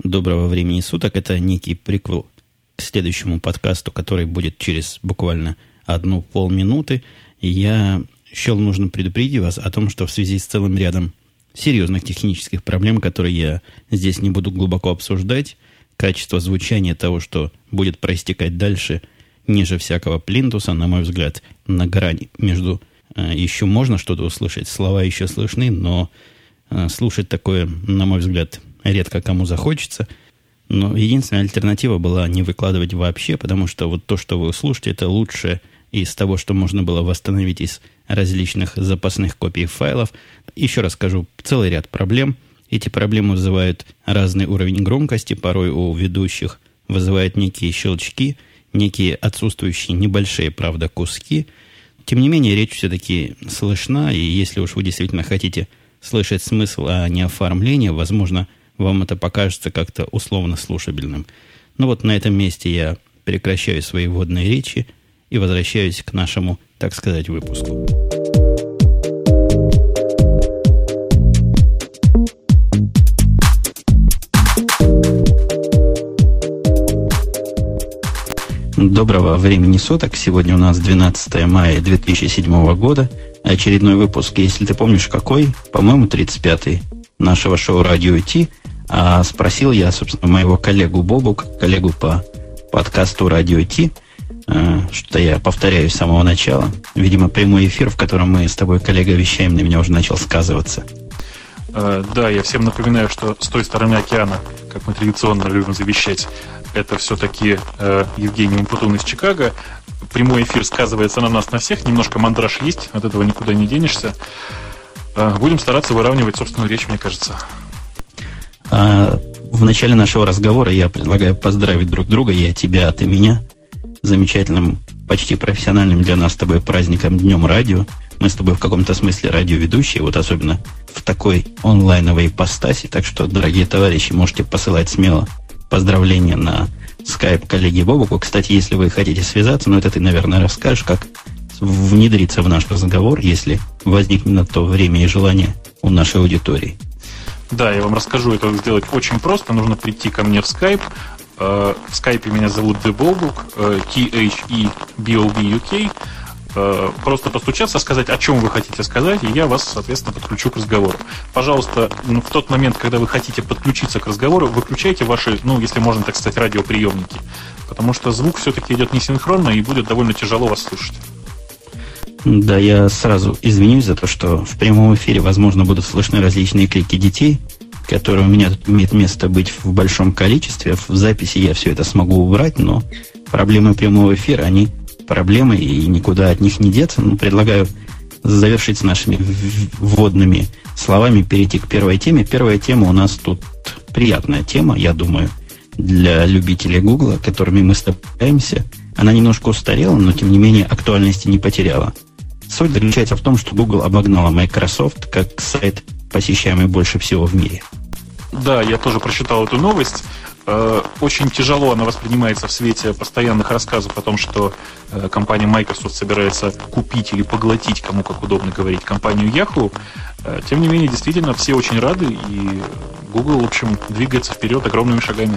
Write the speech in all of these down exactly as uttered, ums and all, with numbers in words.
Доброго времени суток. Это некий приквел к следующему подкасту, который будет через буквально одну полминуты. И я счел нужно предупредить вас о том, что в связи с целым рядом серьезных технических проблем, которые я здесь не буду глубоко обсуждать, качество звучания того, что будет проистекать дальше, ниже всякого плинтуса, на мой взгляд, на грани между э, еще можно что-то услышать, слова еще слышны, но э, слушать такое, на мой взгляд, редко кому захочется. Но единственная альтернатива была не выкладывать вообще, потому что вот то, что вы услышите, это лучшее из того, что можно было восстановить из различных запасных копий файлов. Еще раз скажу, целый ряд проблем. Эти проблемы вызывают разный уровень громкости, порой у ведущих вызывают некие щелчки, некие отсутствующие небольшие, правда, куски. Тем не менее, речь все-таки слышна, и если уж вы действительно хотите слышать смысл, а не оформление, возможно, вам это покажется как-то условно слушабельным. Ну вот на этом месте я прекращаю свои вводные речи и возвращаюсь к нашему, так сказать, выпуску. Доброго времени суток. Сегодня у нас двенадцатое мая две тысячи седьмого года. Очередной выпуск, если ты помнишь, какой? По-моему, тридцать пятый нашего шоу «Радио Ти». А спросил я, собственно, моего коллегу Бобу, коллегу по подкасту «Радио Ти», что я повторяю с самого начала. Видимо, прямой эфир, в котором мы с тобой, коллега, вещаем, на меня уже начал сказываться. Да, я всем напоминаю, что с той стороны океана, как мы традиционно любим завещать, это все-таки э, Евгений Мапутун из Чикаго. Прямой эфир сказывается на нас, на всех. Немножко мандраж есть, от этого никуда не денешься. Э, будем стараться выравнивать собственную речь, мне кажется. А в начале нашего разговора я предлагаю поздравить друг друга, я тебя, а ты меня, замечательным, почти профессиональным для нас с тобой праздником Днем Радио. Мы с тобой в каком-то смысле радиоведущие, вот особенно в такой онлайновой ипостаси. Так что, дорогие товарищи, можете посылать смело поздравления на скайп коллеги Бобуку. Кстати, если вы хотите связаться, ну это ты, наверное, расскажешь, как внедриться в наш разговор, если возникнет на то время и желание у нашей аудитории. Да, я вам расскажу, это сделать очень просто. Нужно прийти ко мне в скайп. В скайпе меня зовут TheBobuk, ти эйч и би о би ю кей. Просто постучаться, сказать, о чем вы хотите сказать, и я вас, соответственно, подключу к разговору. Пожалуйста, в тот момент, когда вы хотите подключиться к разговору, выключайте ваши, ну, если можно так сказать, радиоприемники. Потому что звук все-таки идет несинхронно, и будет довольно тяжело вас слушать. Да, я сразу извинюсь за то, что в прямом эфире, возможно, будут слышны различные крики детей, которые у меня тут имеют место быть в большом количестве. В записи я все это смогу убрать, но проблемы прямого эфира, они проблемы, и никуда от них не деться. Ну, предлагаю завершить с нашими вводными словами, перейти к первой теме. Первая тема у нас тут приятная тема, я думаю, для любителей Гугла, которыми мы сталкиваемся. Она немножко устарела, но, тем не менее, актуальности не потеряла. Суть заключается в том, что Google обогнала Microsoft как сайт, посещаемый больше всего в мире. Да, я тоже прочитал эту новость. Очень тяжело она воспринимается в свете постоянных рассказов о том, что компания Microsoft собирается купить или поглотить, кому как удобно говорить, компанию Yahoo. Тем не менее, действительно, все очень рады, и Google, в общем, двигается вперед огромными шагами.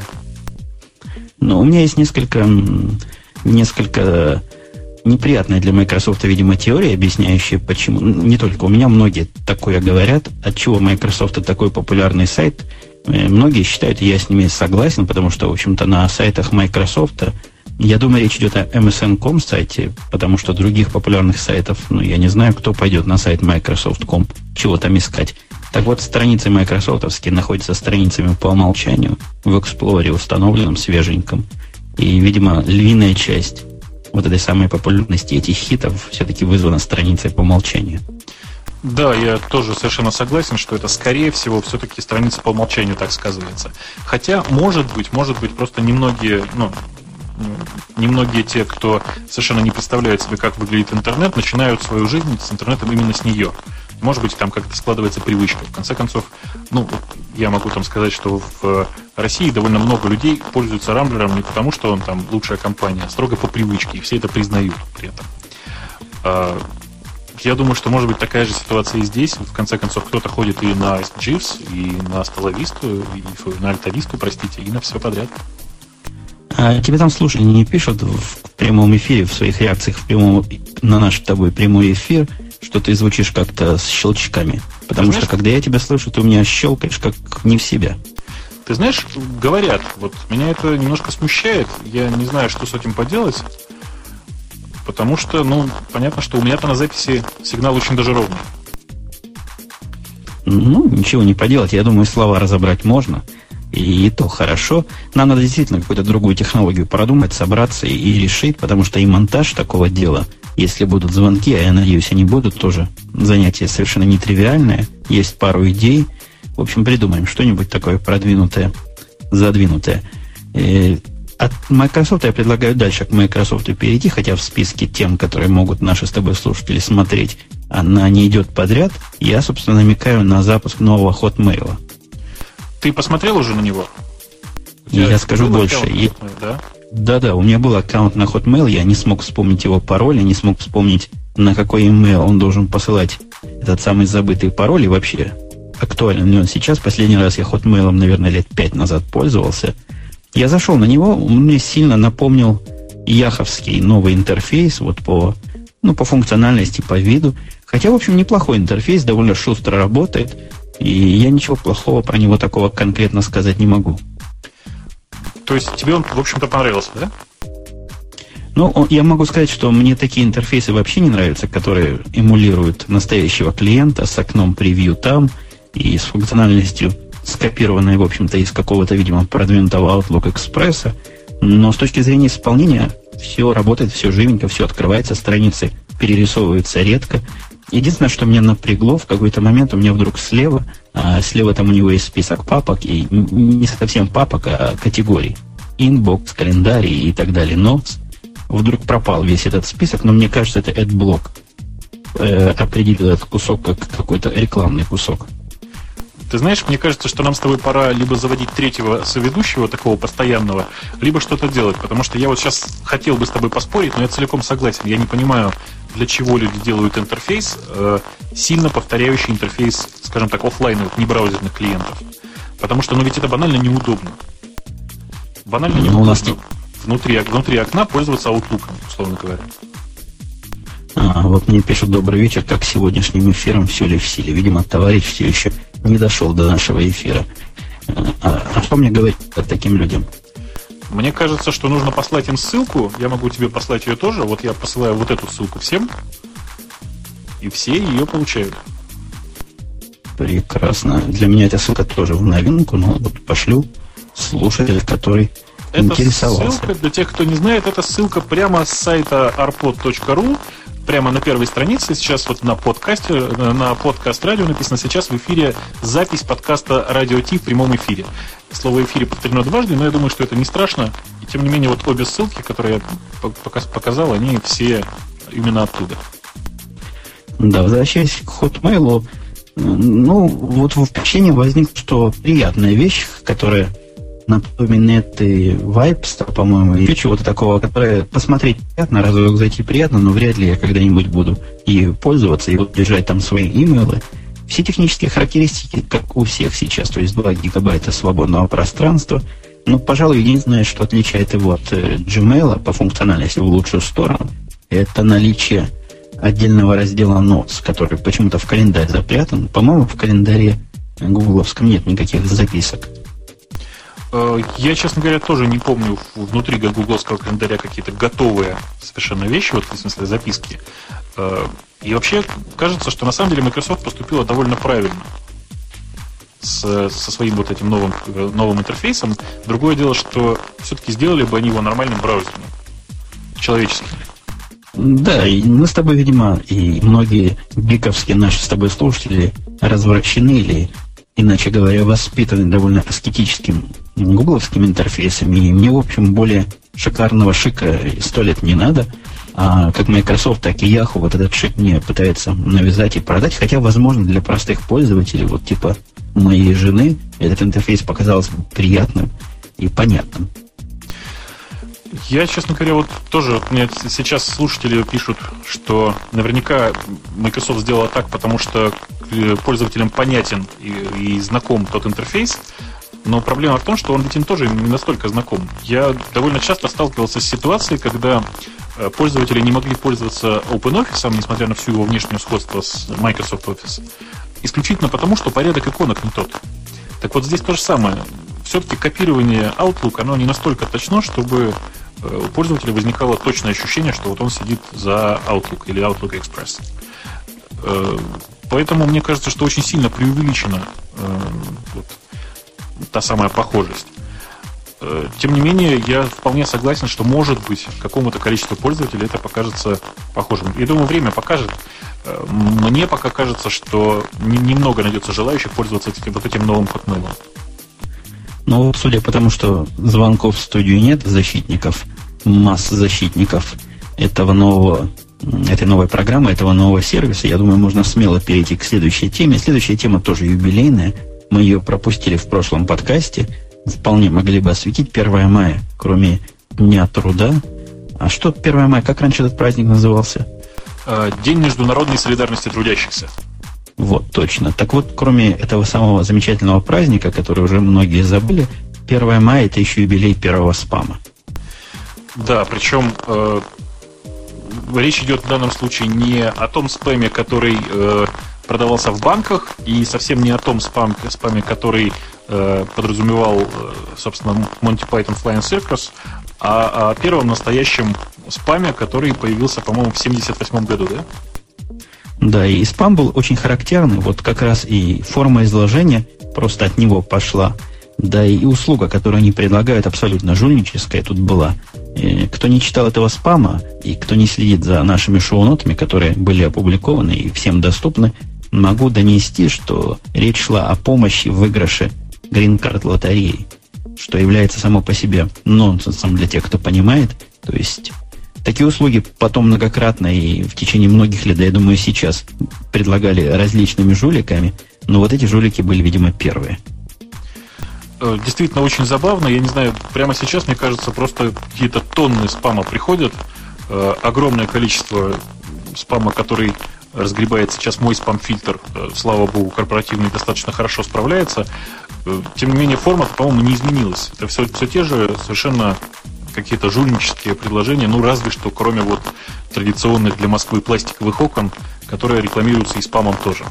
Но у меня есть несколько, несколько неприятная для Microsoft, видимо, теория, объясняющая, почему. Не только у меня, многие такое говорят, отчего Microsoft такой популярный сайт. Многие считают, и я с ними согласен, потому что, в общем-то, на сайтах Microsoft, я думаю, речь идет о эм эс эн точка ком сайте, потому что других популярных сайтов, ну, я не знаю, кто пойдет на сайт Microsoft точка ком, чего там искать. Так вот, страницы майкрософтовские находятся страницами по умолчанию в Explorer, установленном, свеженьком. И, видимо, львиная часть вот этой самой популярности этих хитов все-таки вызвана страницей по умолчанию. Да, я тоже совершенно согласен, что это, скорее всего, все-таки страница по умолчанию так сказывается. Хотя, может быть, может быть, просто немногие, ну, немногие те, кто совершенно не представляют себе, как выглядит интернет, начинают свою жизнь с интернетом именно с нее. Может быть, там как-то складывается привычка. В конце концов, ну, я могу там сказать, что в России довольно много людей пользуются Рамблером не потому, что он там лучшая компания, а строго по привычке, и все это признают при этом. я думаю, что может быть такая же ситуация и здесь. В конце концов, кто-то ходит и на дживс, и на Stellavista, и на Altavista, простите, и на все подряд. А тебе там слушатели не пишут в прямом эфире, в своих реакциях в прямом, на наш с тобой прямой эфир, что ты звучишь как-то с щелчками? Потому ты что, знаешь, когда я тебя слышу, ты у меня щелкаешь как не в себя. Ты знаешь, говорят, вот меня это немножко смущает. Я не знаю, что с этим поделать. Потому что, ну, понятно, что у меня-то на записи сигнал очень даже ровный. Ну, ничего не поделать. Я думаю, слова разобрать можно. И, и то хорошо. Нам надо действительно какую-то другую технологию продумать, собраться и, и решить, потому что и монтаж такого дела, если будут звонки, а я надеюсь, они будут, тоже занятие совершенно нетривиальное. Есть пару идей. В общем, придумаем что-нибудь такое продвинутое, задвинутое. И от Microsoft я предлагаю дальше к Microsoft перейти, хотя в списке тем, которые могут наши с тобой слушатели смотреть, она не идет подряд. Я, собственно, намекаю на запуск нового Hotmail. Ты посмотрел уже на него? Я, я скажу больше. Hotmail, да? Да-да, у меня был аккаунт на Hotmail, я не смог вспомнить его пароль, я не смог вспомнить, на какой email он должен посылать этот самый забытый пароль, и вообще, актуален ли он сейчас. Последний раз я Hotmail, наверное, лет пять назад пользовался. Я зашел на него, он мне сильно напомнил яховский новый интерфейс, вот по, ну, по функциональности, по виду. Хотя, в общем, неплохой интерфейс, довольно шустро работает, и я ничего плохого про него такого конкретно сказать не могу. То есть тебе он, в общем-то, понравился, да? Ну, он, я могу сказать, что мне такие интерфейсы вообще не нравятся, которые эмулируют настоящего клиента с окном превью там и с функциональностью, скопированной, в общем-то, из какого-то, видимо, продвинутого Outlook Express. Но с точки зрения исполнения все работает, все живенько, все открывается, страницы перерисовываются редко. Единственное, что меня напрягло, в какой-то момент у меня вдруг слева, а слева там у него есть список папок, и не совсем папок, а категорий. Inbox, календарь и так далее. Но вдруг пропал весь этот список, но мне кажется, это AdBlock э, определил этот кусок как какой-то рекламный кусок. Ты знаешь, мне кажется, что нам с тобой пора либо заводить третьего соведущего, такого постоянного, либо что-то делать, потому что я вот сейчас хотел бы с тобой поспорить, но я целиком согласен. Я не понимаю, для чего люди делают интерфейс, э, сильно повторяющий интерфейс, скажем так, офлайновых, не браузерных клиентов. Потому что, ну ведь это банально неудобно. Банально неудобно у нас внутри, внутри окна пользоваться Outlook, условно говоря. А, вот мне пишут: добрый вечер, как сегодняшним эфиром, все ли в силе? Видимо, товарищ все еще не дошел до нашего эфира. А, а что мне говорить таким людям? Мне кажется, что нужно послать им ссылку. Я могу тебе послать ее тоже. Вот я посылаю вот эту ссылку всем, и все ее получают. Прекрасно. Для меня эта ссылка тоже в новинку, но вот пошлю слушателя, который это интересовался. Ссылка, для тех, кто не знает, это ссылка прямо с сайта арпод точка ру. Прямо на первой странице, сейчас вот на подкасте, на подкаст радио написано: сейчас в эфире запись подкаста Радио Ти в прямом эфире. Слово «эфире» повторено дважды, но я думаю, что это не страшно. И тем не менее, вот обе ссылки, которые я показал, они все именно оттуда. Да, возвращаясь к Hotmail, ну, вот в впечатлении возникло, что приятная вещь, которая напоминает и Vibes, по-моему, и чего-то такого, которое посмотреть приятно, разок зайти приятно, но вряд ли я когда-нибудь буду и пользоваться, и вот держать там свои имейлы. Все технические характеристики, как у всех сейчас, то есть два гигабайта свободного пространства. Но, пожалуй, единственное, что отличает его от Gmail по функциональности в лучшую сторону, это наличие отдельного раздела Notes, который почему-то в календарь запрятан. По-моему, в календаре гугловском нет никаких записок. Я, честно говоря, тоже не помню внутри гугловского календаря какие-то готовые совершенно вещи, вот в смысле записки. И вообще кажется, что на самом деле Microsoft поступила довольно правильно с, со своим вот этим новым, новым интерфейсом. Другое дело, что все-таки сделали бы они его нормальным браузером, человеческим. Да, и мы с тобой, видимо, и многие гиковские наши с тобой слушатели развращены или, иначе говоря, воспитаны довольно аскетическим гугловским интерфейсом. И мне, в общем, более шикарного шика сто лет не надо. А как Microsoft, так и Yahoo вот этот шик мне пытается навязать и продать. Хотя, возможно, для простых пользователей, вот типа моей жены, этот интерфейс показался приятным и понятным. Я, честно говоря, вот тоже, мне сейчас слушатели пишут, что наверняка Microsoft сделала так, потому что пользователям понятен и, и знаком тот интерфейс, но проблема в том, что он ведь им тоже не настолько знаком. Я довольно часто сталкивался с ситуацией, когда пользователи не могли пользоваться OpenOffice, несмотря на всю его внешнее сходство с Microsoft Office, исключительно потому, что порядок иконок не тот. Так вот здесь то же самое. Все-таки копирование Outlook, оно не настолько точно, чтобы у пользователя возникало точное ощущение, что вот он сидит за Outlook или Outlook Express. Поэтому мне кажется, что очень сильно преувеличена вот, та самая похожесть. Тем не менее, я вполне согласен, что, может быть, какому-то количеству пользователей это покажется похожим. Я думаю, время покажет. Мне пока кажется, что немного найдется желающих пользоваться этим, вот этим новым Hotmail. Ну, судя по тому, что звонков в студию нет, защитников, масс защитников этого нового, этой новой программы, этого нового сервиса, я думаю, можно смело перейти к следующей теме. Следующая тема тоже юбилейная. Мы ее пропустили в прошлом подкасте. Вполне могли бы осветить первое мая, кроме Дня труда. А что первое мая? Как раньше этот праздник назывался? День международной солидарности трудящихся. Вот, точно. Так вот, кроме этого самого замечательного праздника, который уже многие забыли, первое мая – это еще юбилей первого спама. Да, причем э, речь идет в данном случае не о том спаме, который э, продавался в банках, и совсем не о том спам, спаме, который э, подразумевал, э, собственно, Monty Python Flying Circus, а о первом настоящем спаме, который появился, по-моему, в семьдесят восьмом году, да? Да, и спам был очень характерный. Вот как раз и форма изложения просто от него пошла. Да и услуга, которую они предлагают, абсолютно жульническая тут была. И кто не читал этого спама, и кто не следит за нашими шоу-нотами, которые были опубликованы и всем доступны, могу донести, что речь шла о помощи в выигрыше грин-карт лотереи, что является само по себе нонсенсом для тех, кто понимает. То есть такие услуги потом многократно и в течение многих лет, да, я думаю, сейчас предлагали различными жуликами, но вот эти жулики были, видимо, первые. Действительно очень забавно. Я не знаю, прямо сейчас, мне кажется, просто какие-то тонны спама приходят. Огромное количество спама, который разгребает сейчас мой спам-фильтр. Слава богу, корпоративный достаточно хорошо справляется. Тем не менее, форма, по-моему, не изменилась. Это все, все те же совершенно какие-то жульнические предложения, ну, разве что, кроме вот традиционных для Москвы пластиковых окон, которые рекламируются и спамом тоже.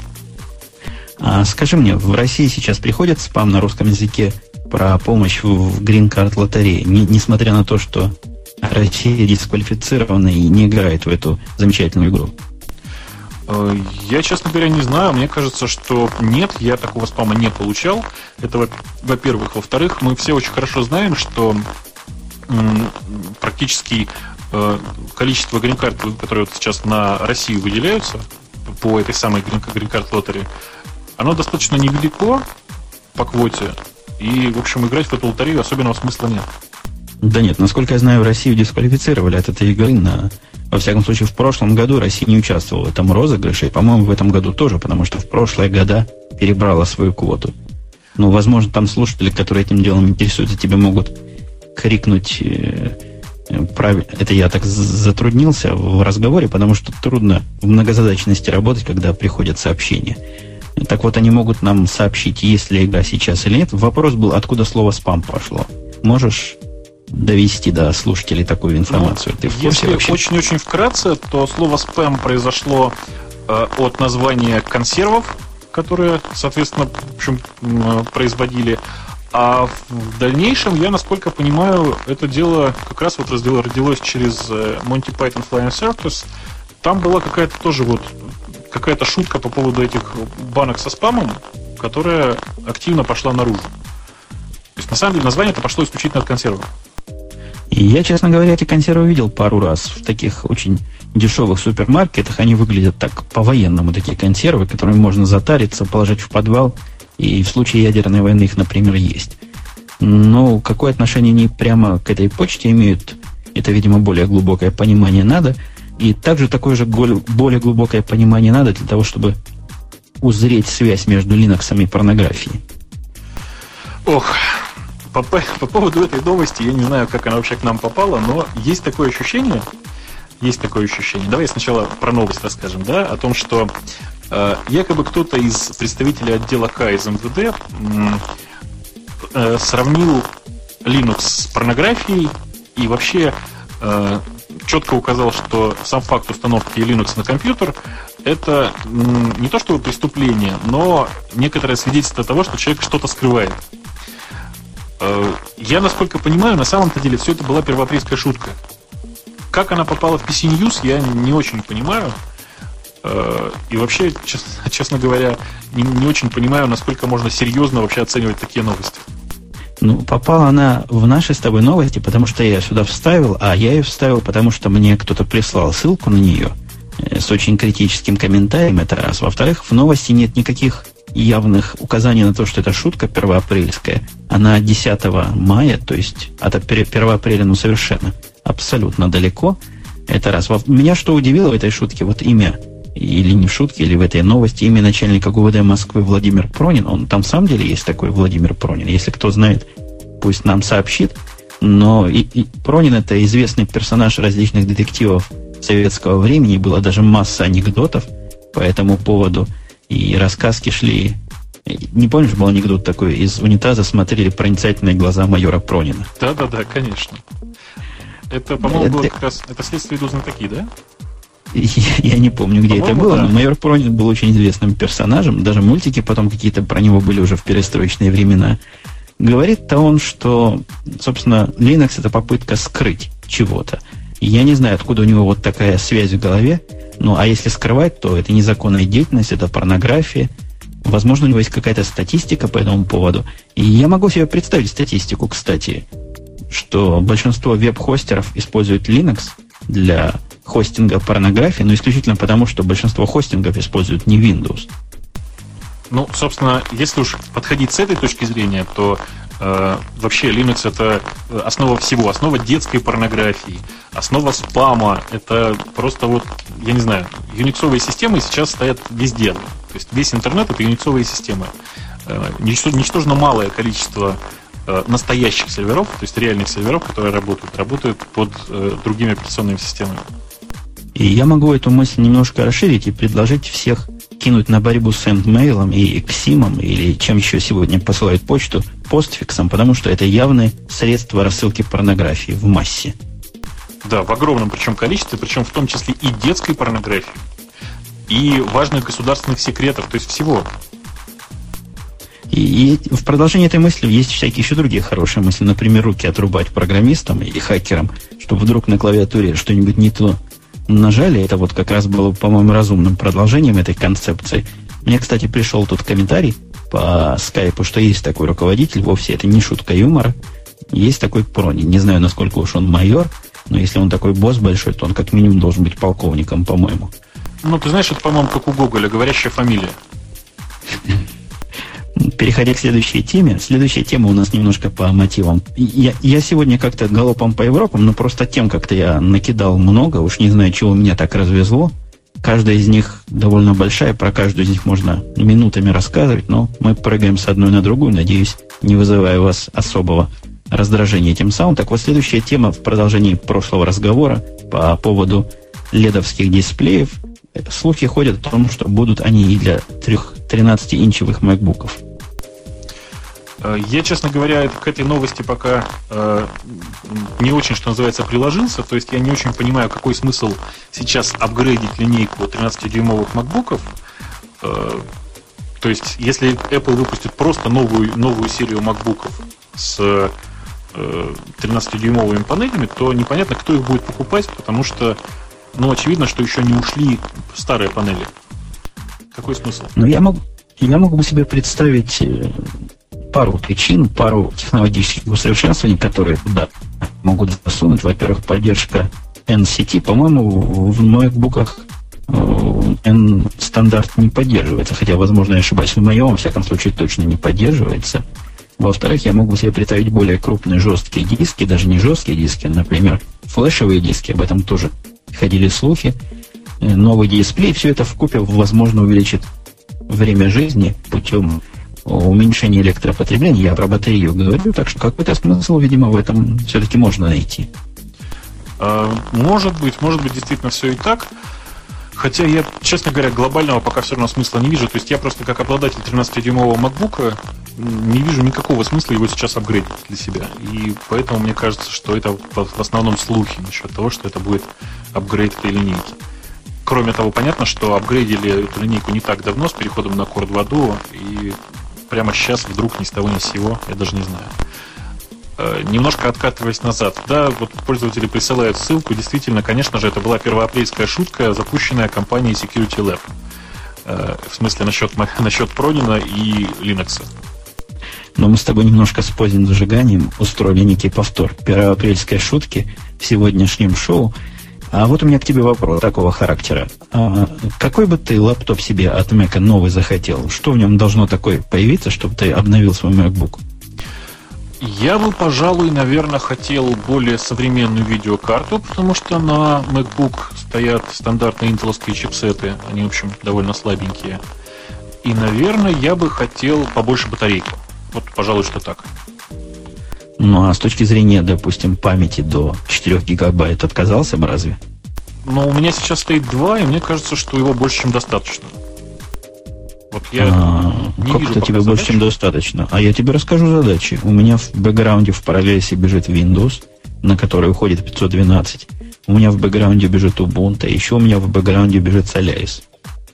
А скажи мне, в России сейчас приходит спам на русском языке про помощь в грин-карт лотерее, не, несмотря на то, что Россия дисквалифицирована и не играет в эту замечательную игру? Я, честно говоря, не знаю. Мне кажется, что нет, я такого спама не получал. Это, во-первых. Во-вторых, мы все очень хорошо знаем, что практически э, количество грин-карт, которые вот сейчас на Россию выделяются по этой самой грин-карт лотерии, оно достаточно невелико по квоте, и, в общем, играть в эту лотерею особенного смысла нет. Да нет, насколько я знаю, Россию дисквалифицировали от этой игры. На... Во всяком случае, в прошлом году Россия не участвовала в этом розыгрыше, и, по-моему, в этом году тоже, потому что в прошлые года перебрала свою квоту. Ну, возможно, там слушатели, которые этим делом интересуются, тебе могут крикнуть э, правильно. Это я так затруднился в разговоре, потому что трудно в многозадачности работать, когда приходят сообщения. Так вот, они могут нам сообщить, есть ли игра сейчас или нет. Вопрос был, откуда слово «спам» пошло. Можешь довести до слушателей такую информацию? Ну, Ты в курсе если вообще? очень-очень вкратце, то слово «спам» произошло э, от названия консервов, которые, соответственно, в общем, производили. А в дальнейшем, я, насколько понимаю, это дело как раз вот родилось через Monty Python Flying Circus. Там была какая-то тоже вот какая-то шутка по поводу этих банок со спамом, которая активно пошла наружу. То есть, на самом деле, название это пошло исключительно от консервов. И я, честно говоря, эти консервы видел пару раз в таких очень дешевых супермаркетах. Они выглядят так по-военному, такие консервы, которые можно затариться, положить в подвал. И в случае ядерной войны их, например, есть. Но какое отношение они прямо к этой почте имеют, это, видимо, более глубокое понимание надо. И также такое же более глубокое понимание надо для того, чтобы узреть связь между Linux и порнографией. Ох, по, по поводу этой новости, я не знаю, как она вообще к нам попала, но есть такое ощущение, есть такое ощущение. Давай сначала про новость расскажем, да, о том, что э, якобы кто-то из представителей отдела К из эм вэ дэ э, сравнил Linux с порнографией и вообще э, четко указал, что сам факт установки Linux на компьютер это м, не то что преступление, но некоторое свидетельство того, что человек что-то скрывает. Э, я, насколько понимаю, на самом-то деле все это была первоапрельская шутка. Как она попала в пи си News, я не очень понимаю. Э, и вообще, честно, честно говоря, не, не очень понимаю, насколько можно серьезно вообще оценивать такие новости. Ну, попала она в наши с тобой новости, потому что я сюда вставил, а я ее вставил, потому что мне кто-то прислал ссылку на нее с очень критическим комментарием, это раз. Во-вторых, в новости нет никаких явных указаний на то, что это шутка первоапрельская. Она десятого мая, то есть от первого апреля, ну, совершенно, абсолютно далеко. Это раз. Меня что удивило в этой шутке, вот имя, или не в шутке, или в этой новости, имя начальника ГУВД Москвы Владимир Пронин. Он там в самом деле есть такой Владимир Пронин. Если кто знает, пусть нам сообщит. Но и, и Пронин — это известный персонаж различных детективов советского времени. Была даже масса анекдотов по этому поводу. И рассказки шли. Не помнишь, был анекдот такой? Из унитаза смотрели проницательные глаза майора Пронина. Да-да-да, конечно. Это, по-моему, было как раз... Это «Следствие ведут знатоки», да? Я, я не помню, где По-моему, это было, да. но майор Пронин был очень известным персонажем. Даже мультики потом какие-то про него были уже в перестроечные времена. Говорит-то он, что, собственно, Linux — это попытка скрыть чего-то. И я не знаю, откуда у него вот такая связь в голове. Ну, а если скрывать, то это незаконная деятельность, это порнография. Возможно, у него есть какая-то статистика по этому поводу. И я могу себе представить статистику, кстати, что большинство веб-хостеров используют Linux для хостинга порнографии, но исключительно потому, что большинство хостингов используют не Windows. Ну, собственно, если уж подходить с этой точки зрения, то э, вообще Linux — это основа всего, основа детской порнографии, основа спама. Это просто вот, я не знаю, юниксовые системы сейчас стоят везде. То есть весь интернет — это юниксовые системы. Э, ничтожно малое количество э, настоящих серверов, то есть реальных серверов, которые работают, работают под э, другими операционными системами. И я могу эту мысль немножко расширить и предложить всех кинуть на борьбу с эндмейлом и ксимом, или чем еще сегодня посылают почту, постфиксом, потому что это явное средство рассылки порнографии в массе. Да, в огромном причем количестве, причем в том числе и детской порнографии, и важных государственных секретов, то есть всего. И, и в продолжении этой мысли есть всякие еще другие хорошие мысли. Например, руки отрубать программистам или хакерам, чтобы вдруг на клавиатуре что-нибудь не то нажали. Это вот как раз было, по-моему, разумным продолжением этой концепции. Мне, кстати, пришел тут комментарий по скайпу, что есть такой руководитель, вовсе это не шутка юмора. Есть такой Пронин. Не знаю, насколько уж он майор, но если он такой босс большой, то он как минимум должен быть полковником, по-моему. Ну, ты знаешь, это, по-моему, как у Гоголя, говорящая фамилия. Переходя к следующей теме. Следующая тема у нас немножко по мотивам. Я, я сегодня как-то галопом по Европам, но просто тем как-то я накидал много. Уж не знаю, чего меня так развезло. Каждая из них довольно большая. Про каждую из них можно минутами рассказывать. Но мы прыгаем с одной на другую. Надеюсь, не вызывая у вас особого раздражения тем самым. Так вот, следующая тема в продолжении прошлого разговора по поводу ледовских дисплеев. Слухи ходят о том, что будут они и для тринадцатиинчевых макбуков. Я, честно говоря, к этой новости пока э, не очень, что называется, приложился. То есть я не очень понимаю, какой смысл сейчас апгрейдить линейку тринадцатидюймовых макбуков. Э, то есть если Apple выпустит просто новую, новую серию макбуков с э, тринадцатидюймовыми панелями, то непонятно, кто их будет покупать, потому что, ну, очевидно, что еще не ушли старые панели. Какой смысл? Ну, я могу, я могу себе представить пару причин, пару технологических усовершенствований, которые туда могут засунуть. Во-первых, поддержка эн си ти. По-моему, в ноутбуках N-стандарт не поддерживается, хотя, возможно, я ошибаюсь. В моем, во всяком случае, точно не поддерживается. Во-вторых, я могу себе представить более крупные жесткие диски, даже не жесткие диски, например, флешевые диски, об этом тоже ходили слухи. Новый дисплей, все это вкупе, возможно, увеличит время жизни путем уменьшение электропотребления. Я про батарею говорю, так что какой-то смысл, видимо, в этом все-таки можно найти. Может быть, может быть, действительно все и так. Хотя я, честно говоря, глобального пока все равно смысла не вижу. То есть я просто как обладатель тринадцатидюймового MacBook не вижу никакого смысла его сейчас апгрейдить для себя. И поэтому мне кажется, что это в основном слухи насчет того, что это будет апгрейд этой линейки. Кроме того, понятно, что апгрейдили эту линейку не так давно с переходом на Core два Duo, и прямо сейчас вдруг ни с того ни с сего, я даже не знаю. Немножко откатываясь назад, да, вот пользователи присылают ссылку. Действительно, конечно же, это была первоапрельская шутка, запущенная компанией Security Lab. В смысле, насчет, насчет Пронина и Linux. Но мы с тобой немножко с поздним зажиганием устроили некий повтор первоапрельской шутки в сегодняшнем шоу. А вот у меня к тебе вопрос такого характера. А какой бы ты лаптоп себе от Mac новый захотел? Что в нем должно такое появиться, чтобы ты обновил свой MacBook? Я бы, пожалуй, наверное, хотел более современную видеокарту, потому что на MacBook стоят стандартные интеловские чипсеты. Они, в общем, довольно слабенькие. И, наверное, я бы хотел побольше батарейку. Вот, пожалуй, что так. Ну, а с точки зрения, допустим, памяти до четыре гигабайт отказался бы разве? Ну, у меня сейчас стоит два, и мне кажется, что его больше, чем достаточно. Вот я а, не как вижу, тебе больше, чем достаточно. А я тебе расскажу задачи. У меня в бэкграунде в параллельсе бежит Windows, на который уходит пятьсот двенадцать. У меня в бэкграунде бежит Ubuntu, а еще у меня в бэкграунде бежит Solaris.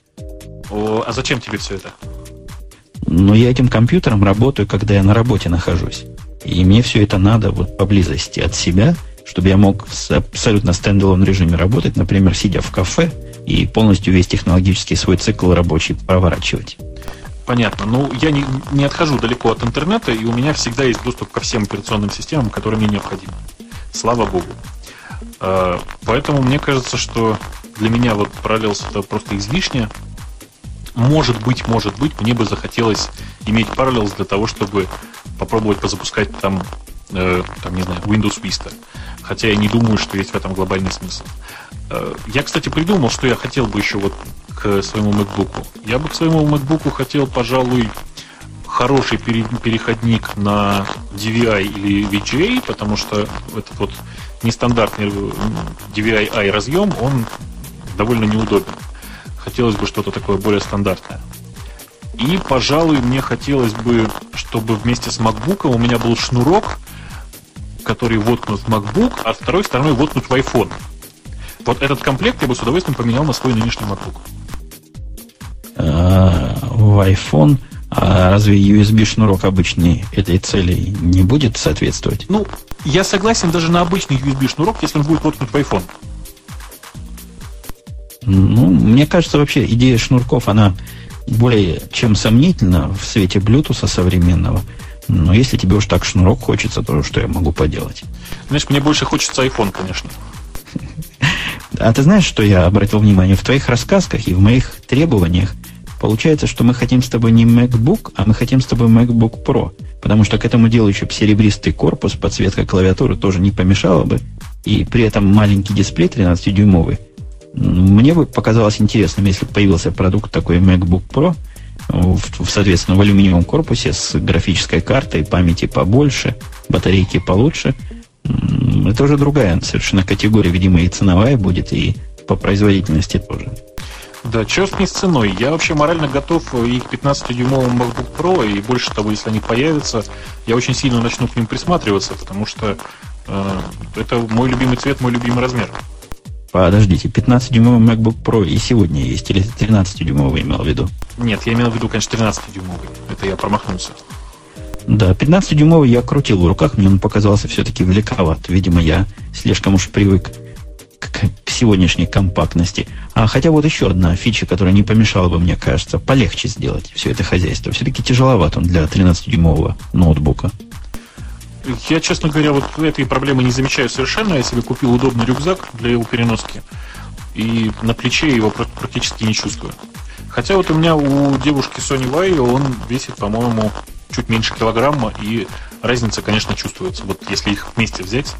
О, а зачем тебе все это? Ну, я этим компьютером работаю, когда я на работе нахожусь. И мне все это надо вот поблизости от себя, чтобы я мог в абсолютно стендалон режиме работать, например, сидя в кафе, и полностью весь технологический свой цикл рабочий проворачивать. Понятно. Ну, я не, не отхожу далеко от интернета, и у меня всегда есть доступ ко всем операционным системам, которые мне необходимы. Слава богу. Поэтому мне кажется, что для меня вот Parallels это просто излишне. Может быть, может быть, мне бы захотелось иметь Parallels для того, чтобы попробовать позапускать там, э, там, не знаю, Windows Vista. Хотя я не думаю, что есть в этом глобальный смысл. Э, я, кстати, придумал, что я хотел бы еще вот к своему MacBook. Я бы к своему MacBook хотел, пожалуй, хороший пере- переходник на ди ви ай или ви джи эй, потому что этот вот нестандартный ди ви ай разъем, он довольно неудобен. Хотелось бы что-то такое более стандартное. И, пожалуй, мне хотелось бы, чтобы вместе с MacBook у меня был шнурок, который воткнут в MacBook, а второй стороной воткнут в iPhone. Вот этот комплект я бы с удовольствием поменял на свой нынешний MacBook. А, в iPhone? А разве ю эс би-шнурок обычный этой цели не будет соответствовать? Ну, я согласен даже на обычный ю эс би-шнурок, если он будет воткнут в iPhone. Ну, мне кажется, вообще идея шнурков, она более чем сомнительна в свете Bluetooth современного. Но если тебе уж так шнурок хочется, то что я могу поделать? Знаешь, мне больше хочется iPhone, конечно. А ты знаешь, что я обратил внимание? В твоих рассказках и в моих требованиях получается, что мы хотим с тобой не MacBook, а мы хотим с тобой MacBook Pro. Потому что к этому делу еще серебристый корпус, подсветка клавиатуры тоже не помешала бы. И при этом маленький дисплей тринадцатидюймовый. Мне бы показалось интересным, если бы появился продукт такой MacBook Pro в, в, соответственно, в алюминиевом корпусе с графической картой, памяти побольше, батарейки получше. Это уже другая совершенно категория, видимо, и ценовая будет, и по производительности тоже. Да, черт не с ценой. Я вообще морально готов и к пятнадцатидюймовому MacBook Pro, и больше того, если они появятся, я очень сильно начну к ним присматриваться, потому что э, это мой любимый цвет, мой любимый размер. Подождите, пятнадцатидюймовый MacBook Pro и сегодня есть, или тринадцатидюймовый имел в виду? Нет, я имел в виду, конечно, тринадцатидюймовый. Это я промахнулся. Да, пятнадцатидюймовый я крутил в руках, мне он показался все-таки великоват. Видимо, я слишком уж привык к, к сегодняшней компактности. А хотя вот еще одна фича, которая не помешала бы, мне кажется, полегче сделать все это хозяйство. Все-таки тяжеловат он для тринадцатидюймового ноутбука. Я, честно говоря, вот этой проблемы не замечаю совершенно. Я себе купил удобный рюкзак для его переноски, и на плече его практически не чувствую. Хотя вот у меня у девушки Sony Vaio он весит, по-моему, чуть меньше килограмма, и разница, конечно, чувствуется. Вот если их вместе взять.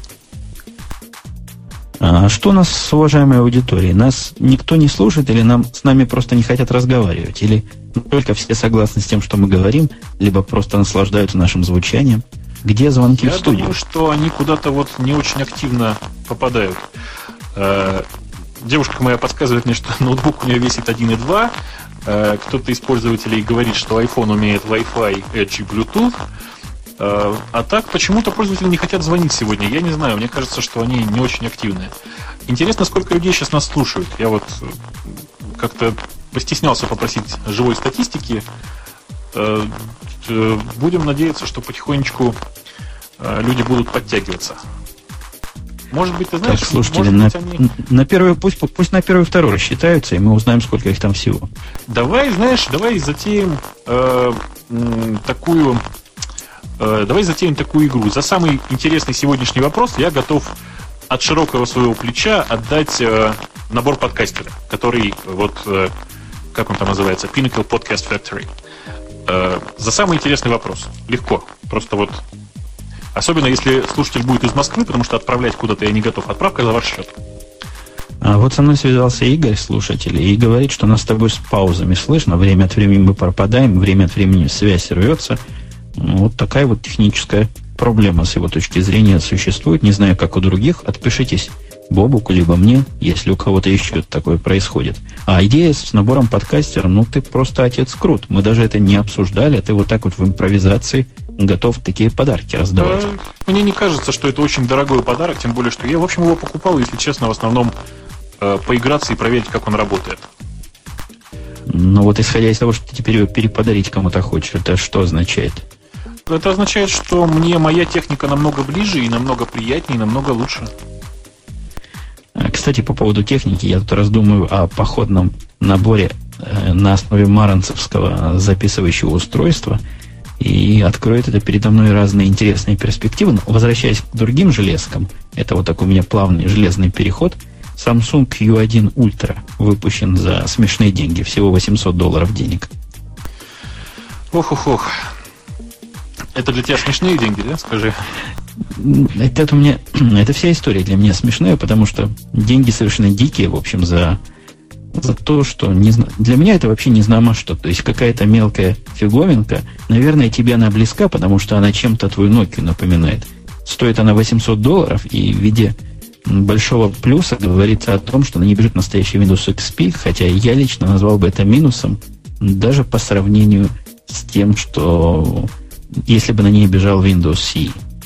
А что у нас с уважаемой аудиторией? Нас никто не слушает, или нам с нами просто не хотят разговаривать? Или только все согласны с тем, что мы говорим, либо просто наслаждаются нашим звучанием. Где звонки Я в студию? Я думаю, что они куда-то вот не очень активно попадают. Девушка моя подсказывает мне, что ноутбук у нее весит один и два. Кто-то из пользователей говорит, что iPhone умеет Wi-Fi, Edge и Bluetooth. А так почему-то пользователи не хотят звонить сегодня. Я не знаю, мне кажется, что они не очень активные. Интересно, сколько людей сейчас нас слушают. Я вот как-то постеснялся попросить живой статистики. Будем надеяться, что потихонечку люди будут подтягиваться. Может быть, ты знаешь, так, слушатели, на, они... на первую, пусть, пусть на первую и вторую рассчитаются, и мы узнаем, сколько их там всего. Давай, знаешь, давай затеем э, такую э, давай затеем такую игру. За самый интересный сегодняшний вопрос я готов от широкого своего плеча отдать э, набор подкастера, который вот, э, как он там называется, Pinnacle Podcast Factory. Э, за самый интересный вопрос. Легко. Просто вот особенно если слушатель будет из Москвы, потому что отправлять куда-то я не готов. Отправка за ваш счет. А вот со мной связался Игорь, слушатель, и говорит, что нас с тобой с паузами слышно. Время от времени мы пропадаем, время от времени связь рвется. Вот такая вот техническая проблема с его точки зрения существует. Не знаю, как у других. Отпишитесь Бобуку, либо мне, если у кого-то еще такое происходит. А идея с набором подкастера, ну ты просто отец крут. Мы даже это не обсуждали, а ты вот так вот в импровизации готов такие подарки раздавать. Мне не кажется, что это очень дорогой подарок, тем более, что я, в общем, его покупал, если честно, в основном э, поиграться и проверить, как он работает. Ну вот, исходя из того, что ты теперь его переподарить кому-то хочешь, это что означает? Это означает, что мне моя техника намного ближе и намного приятнее, и намного лучше. Кстати, по поводу техники, я тут раздумываю о походном наборе э, на основе маранцевского записывающего устройства. И откроет это передо мной разные интересные перспективы. Но, возвращаясь к другим железкам, это вот такой у меня плавный железный переход. Samsung кью один Ultra выпущен за смешные деньги. Всего восемьсот долларов денег. Ох-ох-ох. Это для тебя смешные деньги, да? Скажи. Это, это, у меня, это вся история для меня смешная, потому что деньги совершенно дикие, в общем, за... за то, что не зна... для меня это вообще не знамо что. То есть какая-то мелкая фиговинка. Наверное, тебе она близка, потому что она чем-то твою Nokia напоминает. Стоит она восемьсот долларов, и в виде большого плюса говорится о том, что она не бежит настоящий Windows икс пи, хотя я лично назвал бы это минусом, даже по сравнению с тем, что если бы на ней бежал Windows си.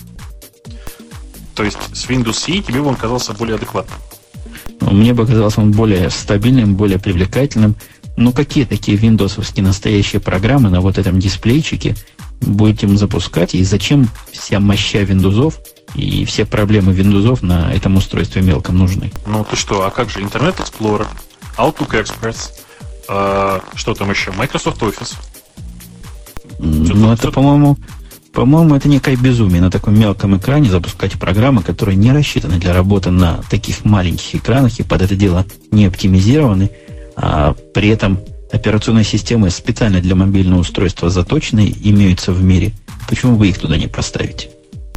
То есть с Windows си тебе бы он казался более адекватным? Мне бы казалось он более стабильным, более привлекательным. Ну, какие такие виндосовские настоящие программы на вот этом дисплейчике будете им запускать? И зачем вся моща виндузов и все проблемы виндузов на этом устройстве мелком нужны? Ну, ты что, а как же Internet Explorer, Outlook Express, э, что там еще, Microsoft Office? Ну, это, по-моему... По-моему, это некое безумие на таком мелком экране запускать программы, которые не рассчитаны для работы на таких маленьких экранах и под это дело не оптимизированы, а при этом операционные системы специально для мобильного устройства заточенные имеются в мире. Почему вы их туда не поставите?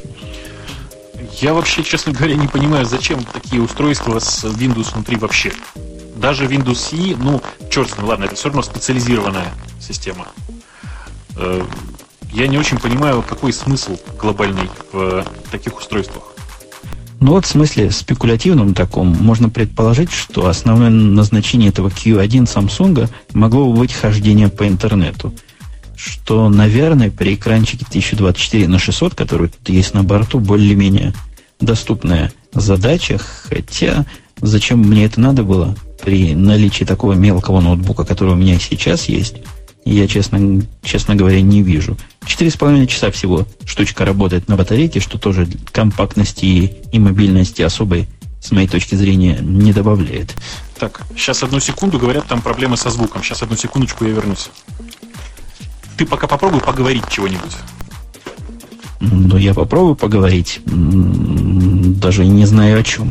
Я вообще, честно говоря, не понимаю, зачем такие устройства с Windows внутри вообще. Даже Windows си, ну, черт с ним, ладно, это все равно специализированная система. Я не очень понимаю, какой смысл глобальный в таких устройствах. Ну вот в смысле спекулятивном таком можно предположить, что основное назначение этого кью один Samsung могло бы быть хождение по интернету. Что, наверное, при экранчике тысяча двадцать четыре на шестьсот, который тут есть на борту, более-менее доступная задача. Хотя, зачем мне это надо было при наличии такого мелкого ноутбука, который у меня сейчас есть, я, честно, честно говоря, не вижу. Четыре с половиной часа всего штучка работает на батарейке, что тоже компактности и, и мобильности особой, с моей точки зрения, не добавляет. Так, сейчас одну секунду, говорят, там проблемы со звуком. Сейчас одну секундочку, я вернусь. Ты пока попробуй поговорить чего-нибудь. Ну, я попробую поговорить, даже не знаю о чем.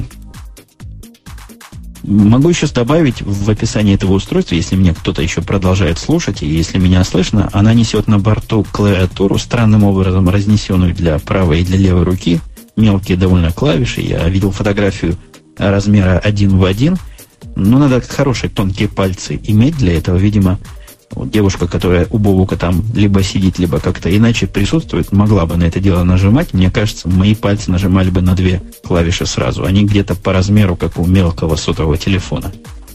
Могу еще добавить в описании этого устройства, если меня кто-то еще продолжает слушать, и если меня слышно, она несет на борту клавиатуру, странным образом разнесенную для правой и для левой руки, мелкие довольно клавиши. Я видел фотографию размера один в один, но надо хорошие тонкие пальцы иметь для этого. Видимо, Вот девушка, которая у Бобука там либо сидит, либо как-то иначе присутствует, могла бы на это дело нажимать. Мне кажется, мои пальцы нажимали бы на две клавиши сразу. Они где-то по размеру, как у мелкого сотового телефона.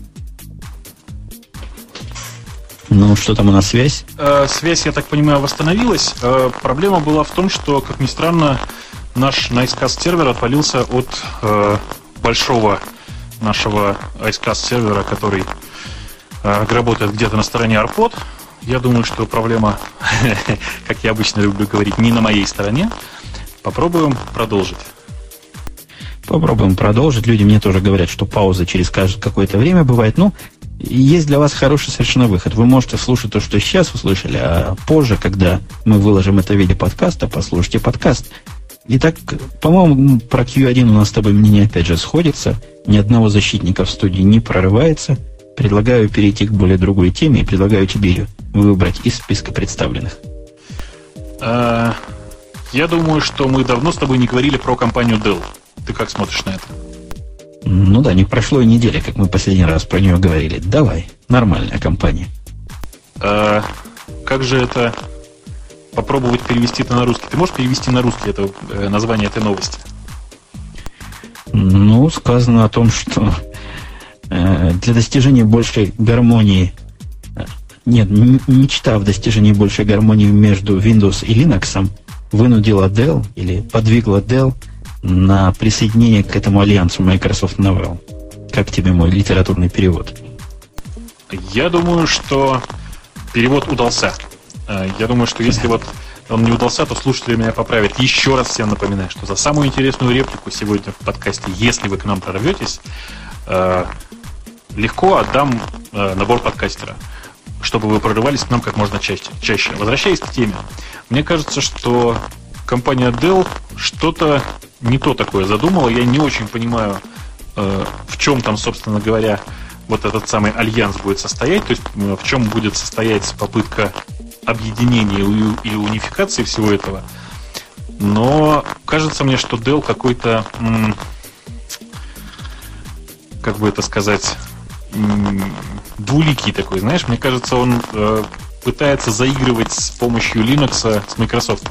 Ну, что там у нас, связь? Э, связь, я так понимаю, восстановилась. Э, проблема была в том, что, как ни странно, наш Icecast сервер отвалился от э, большого нашего Icecast сервера, который э, работает где-то на стороне Арпод. Я думаю, что проблема, как я обычно люблю говорить, не на моей стороне. Попробуем продолжить. Попробуем продолжить. Люди мне тоже говорят, что пауза через какое-то время бывает. Ну, есть для вас хороший совершенно выход. Вы можете слушать то, что сейчас услышали, а позже, когда мы выложим это в виде подкаста, послушайте подкаст. Итак, по-моему, про кью один у нас с тобой мнение опять же сходится. Ни одного защитника в студии не прорывается. Предлагаю перейти к более другой теме и предлагаю тебе ее выбрать из списка представленных. А, я думаю, что мы давно с тобой не говорили про компанию Dell. Ты как смотришь на это? Ну да, не прошло и недели, как мы последний раз про нее говорили. Давай, нормальная компания. А, как же это попробовать перевести это на русский? Ты можешь перевести на русский это, э, название этой новости? Ну, сказано о том, что э, для достижения большей гармонии, э, нет, мечта в достижении большей гармонии между Windows и Linux вынудила Dell или подвигла Dell на присоединение к этому альянсу Microsoft Novell. Как тебе мой литературный перевод? Я думаю, что перевод удался. Я думаю, что если вот он не удался, то слушатели меня поправят. Еще раз всем напоминаю, что за самую интересную реплику сегодня в подкасте, если вы к нам прорветесь, легко отдам набор подкастера, чтобы вы прорывались к нам как можно чаще. чаще. Возвращаясь к теме, мне кажется, что компания Dell что-то не то такое задумала. Я не очень понимаю, в чем там, собственно говоря, вот этот самый альянс будет состоять, то есть в чем будет состоять попытка объединения и унификации всего этого. Но кажется мне, что Dell какой-то, как бы это сказать, двуликий такой, знаешь, мне кажется, он пытается заигрывать с помощью Linux с Microsoft.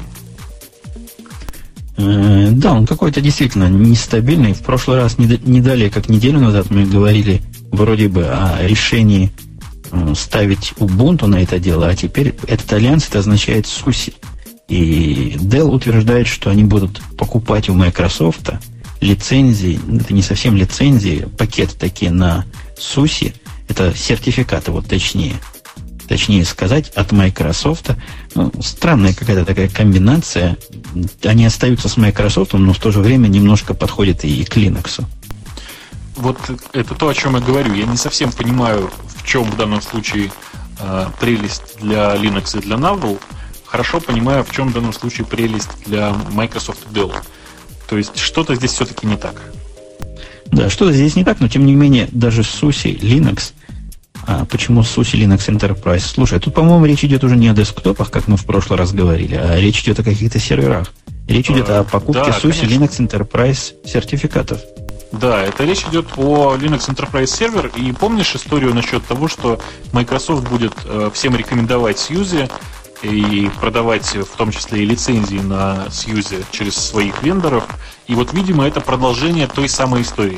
Да, он какой-то действительно нестабильный. В прошлый раз, не, не далее, как неделю назад, мы говорили вроде бы о решении ставить Ubuntu на это дело, а теперь этот альянс, это означает сюси. И Dell утверждает, что они будут покупать у Microsoft лицензии, это не совсем лицензии, пакеты такие на сюси, это сертификаты, вот точнее. Точнее сказать, от Microsoft. Ну, странная какая-то такая комбинация. Они остаются с Microsoft, но в то же время немножко подходят и к Linux. Вот это то, о чем я говорю. Я не совсем понимаю, в чем в данном случае э, прелесть для Linux и для Novell. Хорошо понимаю, в чем в данном случае прелесть для Microsoft и Dell. То есть что-то здесь все-таки не так. Да, что-то здесь не так, но тем не менее даже сюси, Linux. А почему сюси Linux Enterprise? Слушай, тут, по-моему, речь идет уже не о десктопах, как мы в прошлый раз говорили, а речь идет о каких-то серверах. Речь идет а, о покупке да, сюси Linux Enterprise сертификатов. Да, это речь идет о Linux Enterprise сервер. И помнишь историю насчет того, что Microsoft будет э, всем рекомендовать сьюзи и продавать в том числе и лицензии на сьюзи через своих вендоров. И вот, видимо, это продолжение той самой истории.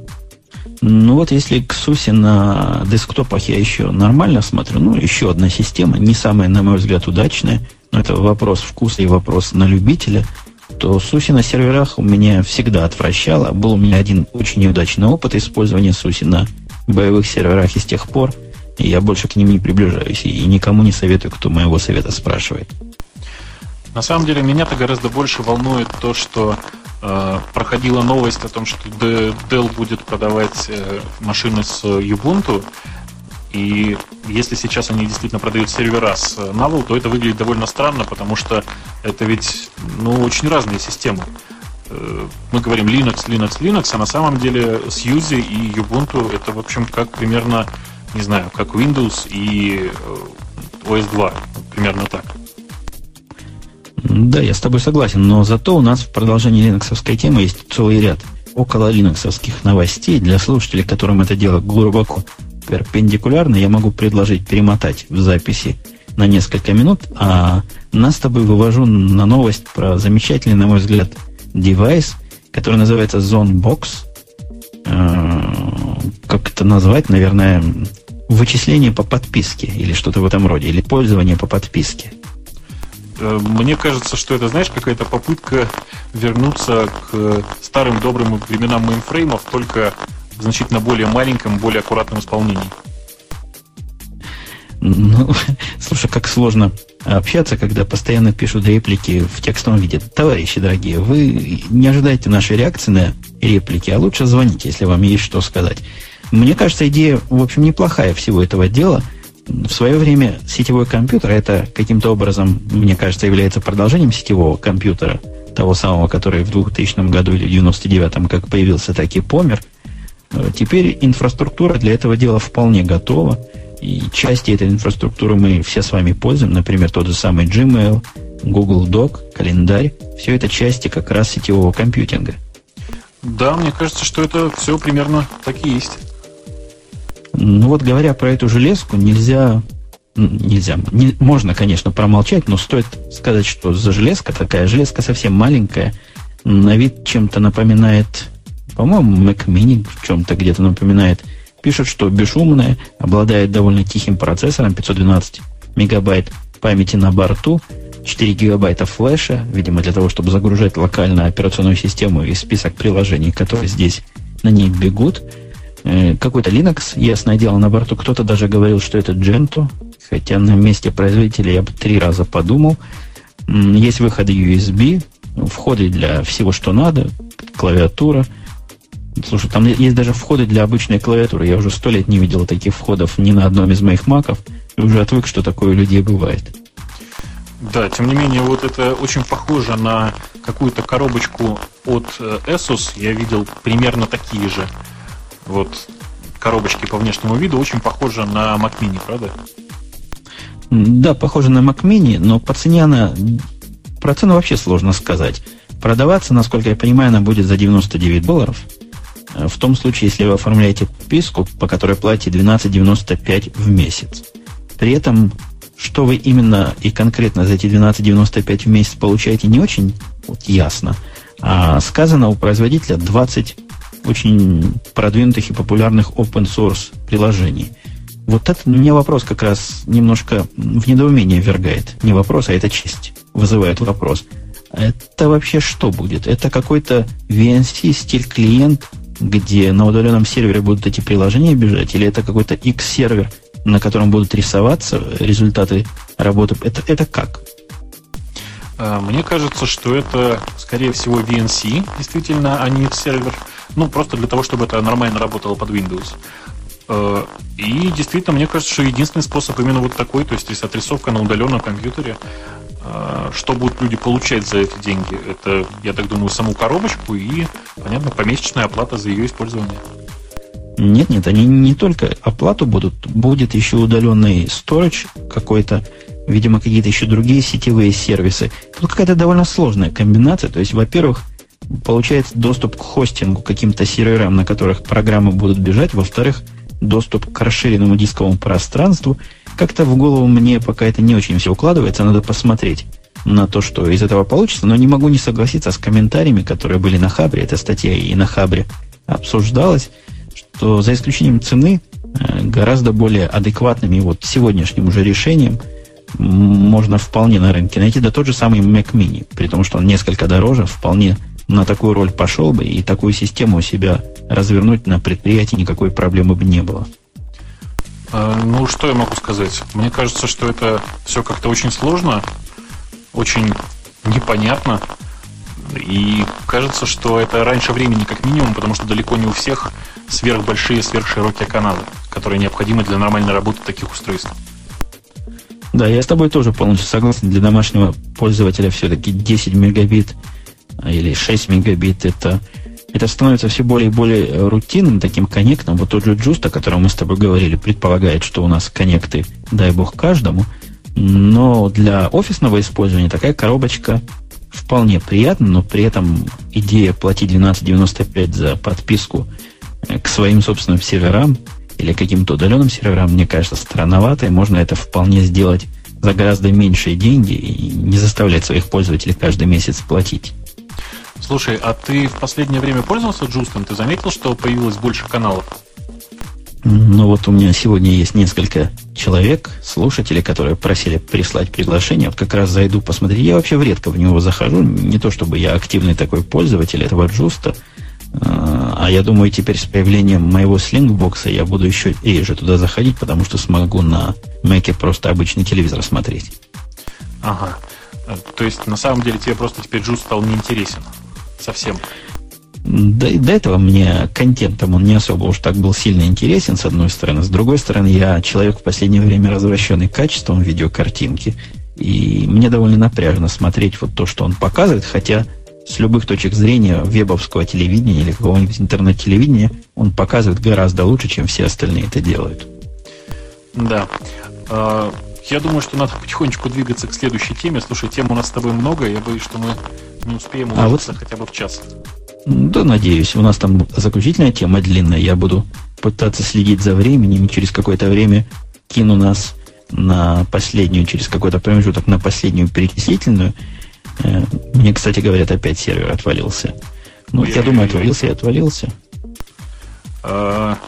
Ну вот если к сюси на десктопах я еще нормально смотрю, ну еще одна система, не самая, на мой взгляд, удачная, но это вопрос вкуса и вопрос на любителя, то сюси на серверах у меня всегда отвращало. Был у меня один очень неудачный опыт использования сюси на боевых серверах, и с тех пор я больше к ним не приближаюсь и никому не советую, кто моего совета спрашивает. На самом деле меня-то гораздо больше волнует то, что э, проходила новость о том, что Dell будет продавать э, машины с Ubuntu, и если сейчас они действительно продают сервера с Novell, то это выглядит довольно странно, потому что это ведь ну, очень разные системы. Э, мы говорим Linux, Linux, Linux, а на самом деле сьюзи и Ubuntu это, в общем, как примерно, не знаю, как Windows и э, о эс два, примерно так. Да, я с тобой согласен, но зато у нас в продолжении линуксовской темы есть целый ряд около линуксовских новостей для слушателей, которым это дело глубоко перпендикулярно, я могу предложить перемотать в записи на несколько минут, а нас с тобой вывожу на новость про замечательный, на мой взгляд, девайс, который называется ZoneBox. Как это назвать? Наверное, вычисление по подписке или что-то в этом роде, или пользование по подписке. Мне кажется, что это, знаешь, какая-то попытка вернуться к старым добрым временам мейнфреймов, только в значительно более маленьком, более аккуратном исполнении. Ну, слушай, как сложно общаться, когда постоянно пишут реплики в текстовом виде. Товарищи дорогие, вы не ожидаете нашей реакции на реплики, а лучше звоните, если вам есть что сказать. Мне кажется, идея, в общем, неплохая всего этого дела. В свое время сетевой компьютер, это каким-то образом, мне кажется, является продолжением сетевого компьютера, того самого, который в двухтысячном году или в девяносто девятом как появился, так и помер. Теперь инфраструктура для этого дела вполне готова. И части этой инфраструктуры мы все с вами пользуем. Например, тот же самый Gmail, Google Doc, календарь. Все это части как раз сетевого компьютинга. Да, мне кажется, что это все примерно так и есть. Ну вот, говоря про эту железку, нельзя... Нельзя. Не, можно, конечно, промолчать, но стоит сказать, что за железка такая. Железка совсем маленькая. На вид чем-то напоминает... По-моему, Mac Mini в чем-то где-то напоминает. Пишут, что бесшумная, обладает довольно тихим процессором, пятьсот двенадцать мегабайт памяти на борту, четыре гигабайта флеша, видимо, для того, чтобы загружать локально операционную систему и список приложений, которые здесь на ней бегут. Э, какой-то Linux, ясное дело, на борту. Кто-то даже говорил, что это Gentoo, хотя на месте производителя я бы три раза подумал. Есть выходы ю эс би, входы для всего, что надо, клавиатура. Слушай, там есть даже входы для обычной клавиатуры. Я уже сто лет не видел таких входов ни на одном из моих маков. И уже отвык, что такое у людей бывает. Да, тем не менее, вот это очень похоже на какую-то коробочку от Asus. Я видел примерно такие же вот коробочки по внешнему виду. Очень похоже на Mac Mini, правда? Да, похоже на Mac Mini, но по цене она... Про цену вообще сложно сказать. Продаваться, насколько я понимаю, она будет за девяносто девять долларов. В том случае, если вы оформляете подписку, по которой платите двенадцать девяносто пять в месяц. При этом, что вы именно и конкретно за эти двенадцать девяносто пять в месяц получаете, не очень вот, ясно. А сказано у производителя двадцать очень продвинутых и популярных open source приложений. Вот это меня вопрос как раз немножко в недоумение ввергает. Не вопрос, а это честь вызывает вопрос. Это вообще что будет? Это какой-то ви эн си стиль клиент, где на удаленном сервере будут эти приложения бежать, или это какой-то X-сервер, на котором будут рисоваться результаты работы? Это, это как? Мне кажется, что это, скорее всего, ви эн си, действительно, а не X-сервер. Ну, просто для того, чтобы это нормально работало под Windows. И действительно, мне кажется, что единственный способ именно вот такой, то есть отрисовка на удаленном компьютере. Что будут люди получать за эти деньги? Это, я так думаю, саму коробочку и, понятно, помесячная оплата за ее использование. Нет, нет, они не только оплату будут, будет еще удаленный сторидж какой-то, видимо, какие-то еще другие сетевые сервисы. Тут какая-то довольно сложная комбинация. То есть, во-первых, получается доступ к хостингу, каким-то серверам, на которых программы будут бежать. Во-вторых, доступ к расширенному дисковому пространству. Как-то в голову мне пока это не очень все укладывается. Надо посмотреть на то, что из этого получится. Но не могу не согласиться с комментариями, которые были на Хабре. Эта статья и на Хабре обсуждалась, что за исключением цены гораздо более адекватным и вот сегодняшним уже решением можно вполне на рынке найти. Да тот же самый Mac Mini, при том, что он несколько дороже, вполне на такую роль пошел бы, и такую систему у себя развернуть на предприятии никакой проблемы бы не было. Ну, что я могу сказать? Мне кажется, что это все как-то очень сложно, очень непонятно. И кажется, что это раньше времени как минимум, потому что далеко не у всех сверхбольшие, сверхширокие каналы, которые необходимы для нормальной работы таких устройств. Да, я с тобой тоже полностью согласен. Для домашнего пользователя все-таки десять мегабит или шесть мегабит это, это становится все более и более рутинным, таким коннектом. Вот тот же Just, о котором мы с тобой говорили, предполагает, что у нас коннекты, дай бог, каждому. Но для офисного использования такая коробочка вполне приятна, но при этом идея платить двенадцать девяносто пять за подписку к своим собственным серверам или каким-то удаленным серверам, мне кажется, странновато, и можно это вполне сделать за гораздо меньшие деньги и не заставлять своих пользователей каждый месяц платить. Слушай, а ты в последнее время пользовался Джустом? Ты заметил, что появилось больше каналов? Ну вот у меня сегодня есть несколько человек, слушателей, которые просили прислать приглашение. Вот как раз зайду посмотреть. Я вообще редко в него захожу. Не то чтобы я активный такой пользователь этого Джуста. А я думаю, теперь с появлением моего слингбокса я буду еще реже туда заходить, потому что смогу на Мэке просто обычный телевизор смотреть. Ага. То есть на самом деле тебе просто теперь Джуст стал неинтересен. Совсем. До, до этого мне контентом он не особо уж так был сильно интересен, с одной стороны. С другой стороны, я человек в последнее время развращенный качеством видеокартинки, и мне довольно напряжно смотреть вот то, что он показывает, хотя с любых точек зрения вебовского телевидения или какого-нибудь интернет-телевидения он показывает гораздо лучше, чем все остальные это делают. Да. Я думаю, что надо потихонечку двигаться к следующей теме. Слушай, тем у нас с тобой много, я боюсь, что мы не успеем уложиться а вот... хотя бы в час. Да, надеюсь. У нас там заключительная тема длинная. Я буду пытаться следить за временем. И через какое-то время кину нас на последнюю, через какой-то промежуток на последнюю перечислительную. Мне, кстати, говорят, опять сервер отвалился. Ну, ой, я ой, думаю, ой, отвалился ой. и отвалился. А...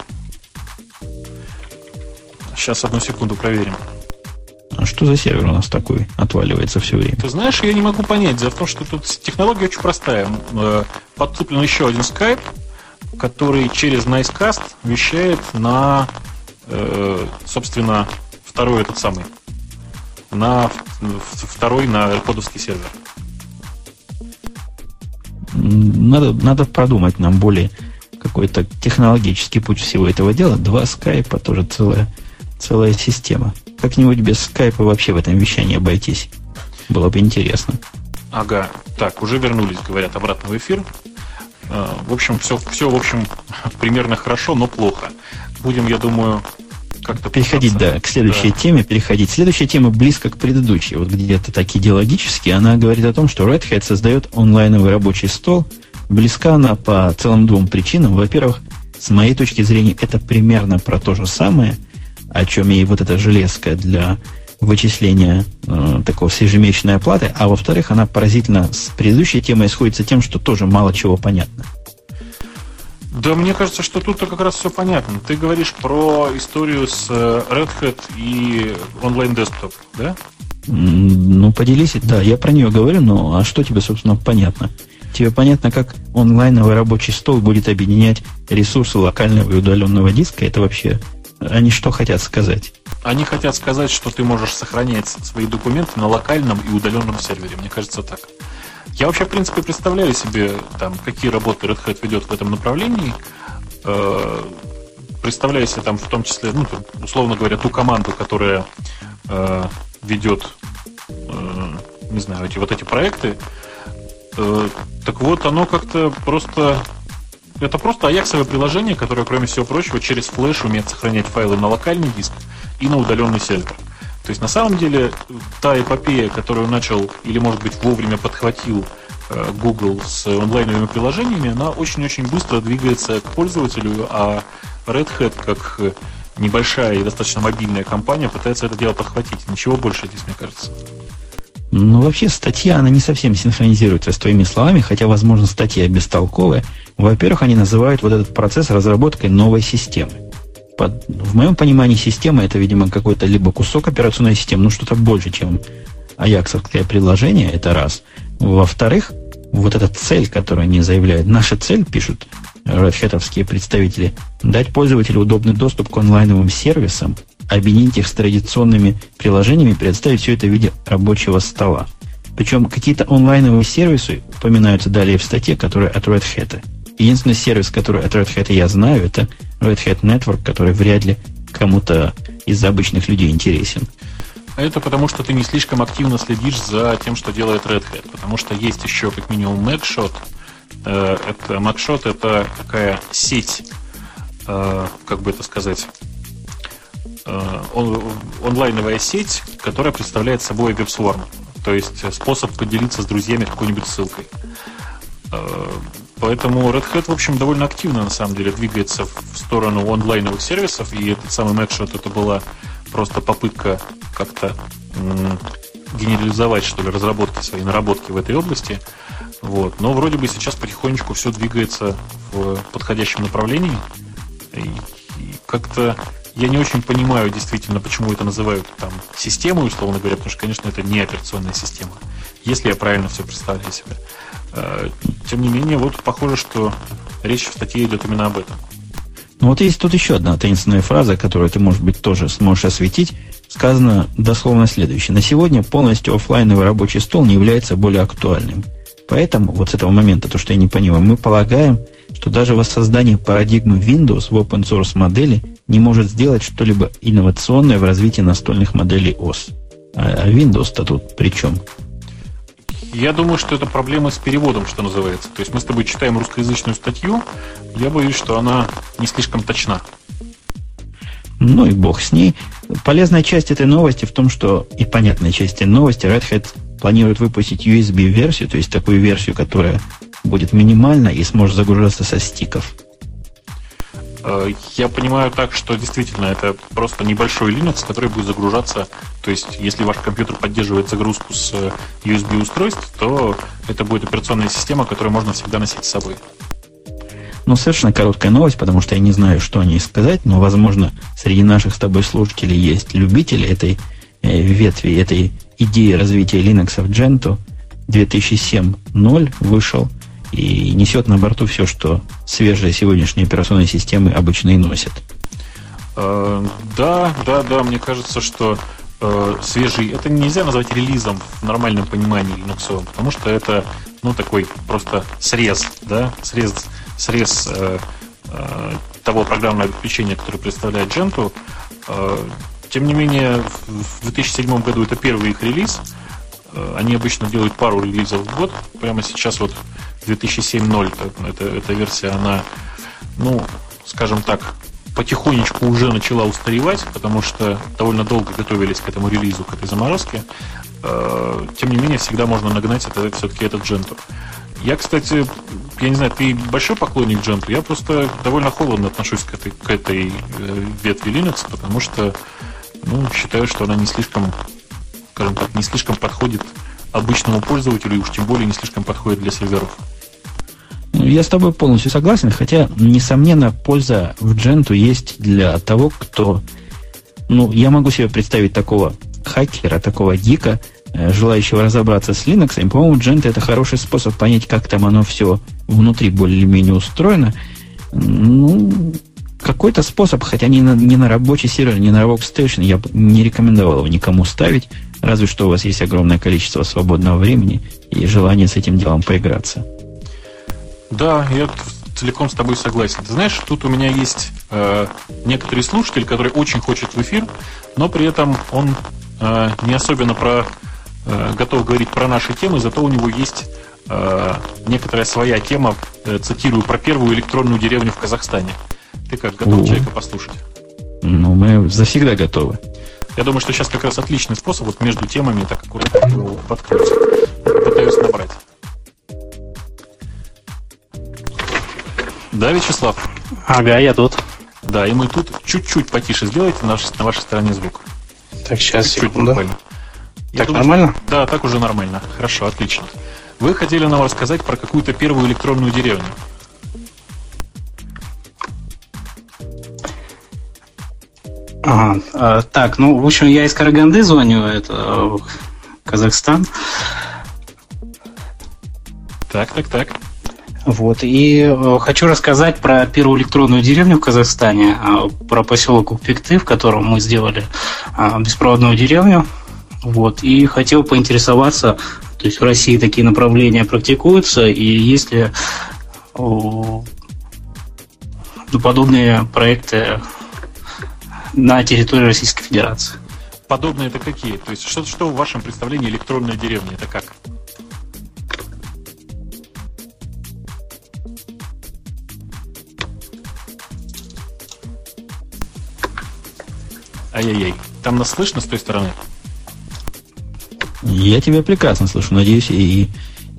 Сейчас, одну секунду проверим. А что за сервер у нас такой отваливается все время? Ты знаешь, я не могу понять. Дело в том, что тут технология очень простая. Подцеплен еще один скайп, который через Nicecast вещает на, собственно, второй этот самый, на второй на AirPod'овский сервер. Надо, надо продумать нам более какой-то технологический путь всего этого дела. Два скайпа, тоже целая, целая система. Как-нибудь без скайпа вообще в этом вещании обойтись. Было бы интересно. Ага. Так, уже вернулись, говорят, обратно в эфир. В общем, все, все в общем, примерно хорошо, но плохо. Будем, я думаю, как-то переходить, пытаться. да, к следующей да. теме. Переходить. Следующая тема близко к предыдущей. Вот где-то так идеологически. Она говорит о том, что Red Hat создает онлайновый рабочий стол. Близка она по целым двум причинам. Во-первых, с моей точки зрения, это примерно про то же самое, о чем и вот эта железка для вычисления э, такого с ежемесячной оплаты. А во-вторых, она поразительно с предыдущей темой сходится тем, что тоже мало чего понятно. Да, мне кажется, что тут-то как раз все понятно. Ты говоришь про историю с Red Hat и онлайн-десктоп, да? Ну, поделись. Да, я про нее говорю, но а что тебе, собственно, понятно? Тебе понятно, как онлайновый рабочий стол будет объединять ресурсы локального и удаленного диска? Это вообще... Они что хотят сказать? Они хотят сказать, что ты можешь сохранять свои документы на локальном и удаленном сервере. Мне кажется, так. Я вообще, в принципе, представляю себе, там, какие работы Red Hat ведет в этом направлении. Э, представляю себе, там, в том числе, ну, условно говоря, ту команду, которая э, ведет, э, не знаю, эти, вот эти проекты. Э, так вот, оно как-то просто... Это просто аяксовое приложение, которое, кроме всего прочего, через флеш умеет сохранять файлы на локальный диск и на удаленный сервер. То есть, на самом деле, та эпопея, которую начал, или, может быть, вовремя подхватил э, Google с онлайновыми приложениями, она очень-очень быстро двигается к пользователю, а Red Hat, как небольшая и достаточно мобильная компания, пытается это дело подхватить. Ничего больше здесь, мне кажется. Ну, вообще, статья, она не совсем синхронизируется с твоими словами, хотя, возможно, статья бестолковая. Во-первых, они называют вот этот процесс разработкой новой системы. Под, в моем понимании, система – это, видимо, какой-то либо кусок операционной системы, ну, что-то больше, чем аяксовское приложение, это раз. Во-вторых, вот эта цель, которую они заявляют, наша цель, пишут Red Hat-овские представители, дать пользователю удобный доступ к онлайновым сервисам, объединить их с традиционными приложениями и представить все это в виде рабочего стола. Причем какие-то онлайновые сервисы упоминаются далее в статье, которые от Red Hat. Единственный сервис, который от Red Hat я знаю, это Red Hat Network, который вряд ли кому-то из обычных людей интересен. Это потому, что ты не слишком активно следишь за тем, что делает Red Hat. Потому что есть еще как минимум Magshot. Это, Magshot – это такая сеть, как бы это сказать, он, онлайновая сеть, которая представляет собой WebSwarm. То есть способ поделиться с друзьями какой-нибудь ссылкой. Поэтому Red Hat, в общем, довольно активно, на самом деле, двигается в сторону онлайновых сервисов, и этот самый Magshot, это была просто попытка как-то м- генерализовать, что ли, разработки, свои наработки в этой области. Вот. Но вроде бы сейчас потихонечку все двигается в подходящем направлении. И, и как-то я не очень понимаю действительно, почему это называют там системой, условно говоря, потому что, конечно, это не операционная система, если я правильно все представляю себе. Тем не менее, вот похоже, что речь в статье идет именно об этом. Ну вот есть тут еще одна таинственная фраза, которую ты, может быть, тоже сможешь осветить. Сказано дословно следующее. На сегодня полностью офлайновый рабочий стол не является более актуальным. Поэтому, вот с этого момента, то, что я не понимаю, мы полагаем, что даже воссоздание парадигмы Windows в open source модели не может сделать что-либо инновационное в развитии настольных моделей ОС. А Windows-то тут при чем? Я думаю, что это проблема с переводом, что называется. То есть мы с тобой читаем русскоязычную статью, я боюсь, что она не слишком точна. Ну и бог с ней. Полезная часть этой новости в том, что, и понятная часть этой новости, Red Hat планирует выпустить ю эс би-версию, то есть такую версию, которая будет минимальна и сможет загружаться со стиков. Я понимаю так, что действительно это просто небольшой Linux, который будет загружаться. То есть, если ваш компьютер поддерживает загрузку с ю эс би-устройств, то это будет операционная система, которую можно всегда носить с собой. Ну, совершенно короткая новость, потому что я не знаю, что о ней сказать, но, возможно, среди наших с тобой слушателей есть любители этой э, ветви, этой идеи развития Linux в Gentoo. две тысячи семь ноль вышел и несет на борту все, что свежие сегодняшние операционные системы обычно и носят. Э, да, да, да, мне кажется, что э, свежий, это нельзя назвать релизом в нормальном понимании Linux, потому что это, ну, такой просто срез, да, срез, срез э, э, того программного обеспечения, которое представляет Gentoo. Э, тем не менее, в две тысячи седьмом году это первый их релиз. Э, они обычно делают пару релизов в год. Прямо сейчас вот две тысячи семь ноль, это, эта версия, она, ну, скажем так, потихонечку уже начала устаревать, потому что довольно долго готовились к этому релизу, к этой заморозке. Тем не менее, всегда можно нагнать это, все-таки этот Gentoo. Я, кстати, я не знаю, ты большой поклонник Gentoo, я просто довольно холодно отношусь к этой, к этой ветви Linux, потому что, ну, считаю, что она не слишком, скажем так, не слишком подходит обычному пользователю, и уж тем более не слишком подходит для серверов. Я с тобой полностью согласен, хотя, несомненно, польза в Gentoo есть для того, кто... Ну, я могу себе представить такого хакера, такого гика, желающего разобраться с Linux. И, по-моему, Gentoo это хороший способ понять, как там оно все внутри более-менее устроено. Ну, какой-то способ, хотя не на, не на рабочий сервер, не на Workstation, я не рекомендовал его никому ставить, разве что у вас есть огромное количество свободного времени и желание с этим делом поиграться. Да, я целиком с тобой согласен. Ты знаешь, тут у меня есть э, некоторый слушатель, который очень хочет в эфир, но при этом он э, не особенно про, э, готов говорить про наши темы, зато у него есть э, некоторая своя тема, э, цитирую, про первую электронную деревню в Казахстане. Ты как, готов человека послушать? Ну, мы завсегда готовы. Я думаю, что сейчас как раз отличный способ вот между темами так аккуратно воткнуть. Пытаюсь набрать. Да, Вячеслав? Ага, я тут. Да, и мы тут чуть-чуть потише сделайте на, нашей, на вашей стороне звук. Так, сейчас, чуть-чуть секунду. буквально. Так думаю, нормально? Что... Да, так уже нормально. Хорошо, отлично. Вы хотели нам рассказать про какую-то первую электронную деревню. Ага, а, так, ну, в общем, я из Караганды звоню, это Казахстан. Так, так, так. Вот, и э, хочу рассказать про первую электронную деревню в Казахстане, э, про поселок Укпекты, в котором мы сделали э, беспроводную деревню. Вот, и хотел поинтересоваться, то есть в России такие направления практикуются, и есть ли э, подобные проекты на территории Российской Федерации. Подобные это какие? То есть что, что в вашем представлении электронная деревня? Это как? Ай-яй-яй. Там нас слышно с той стороны? Я тебя прекрасно слышу. Надеюсь, и,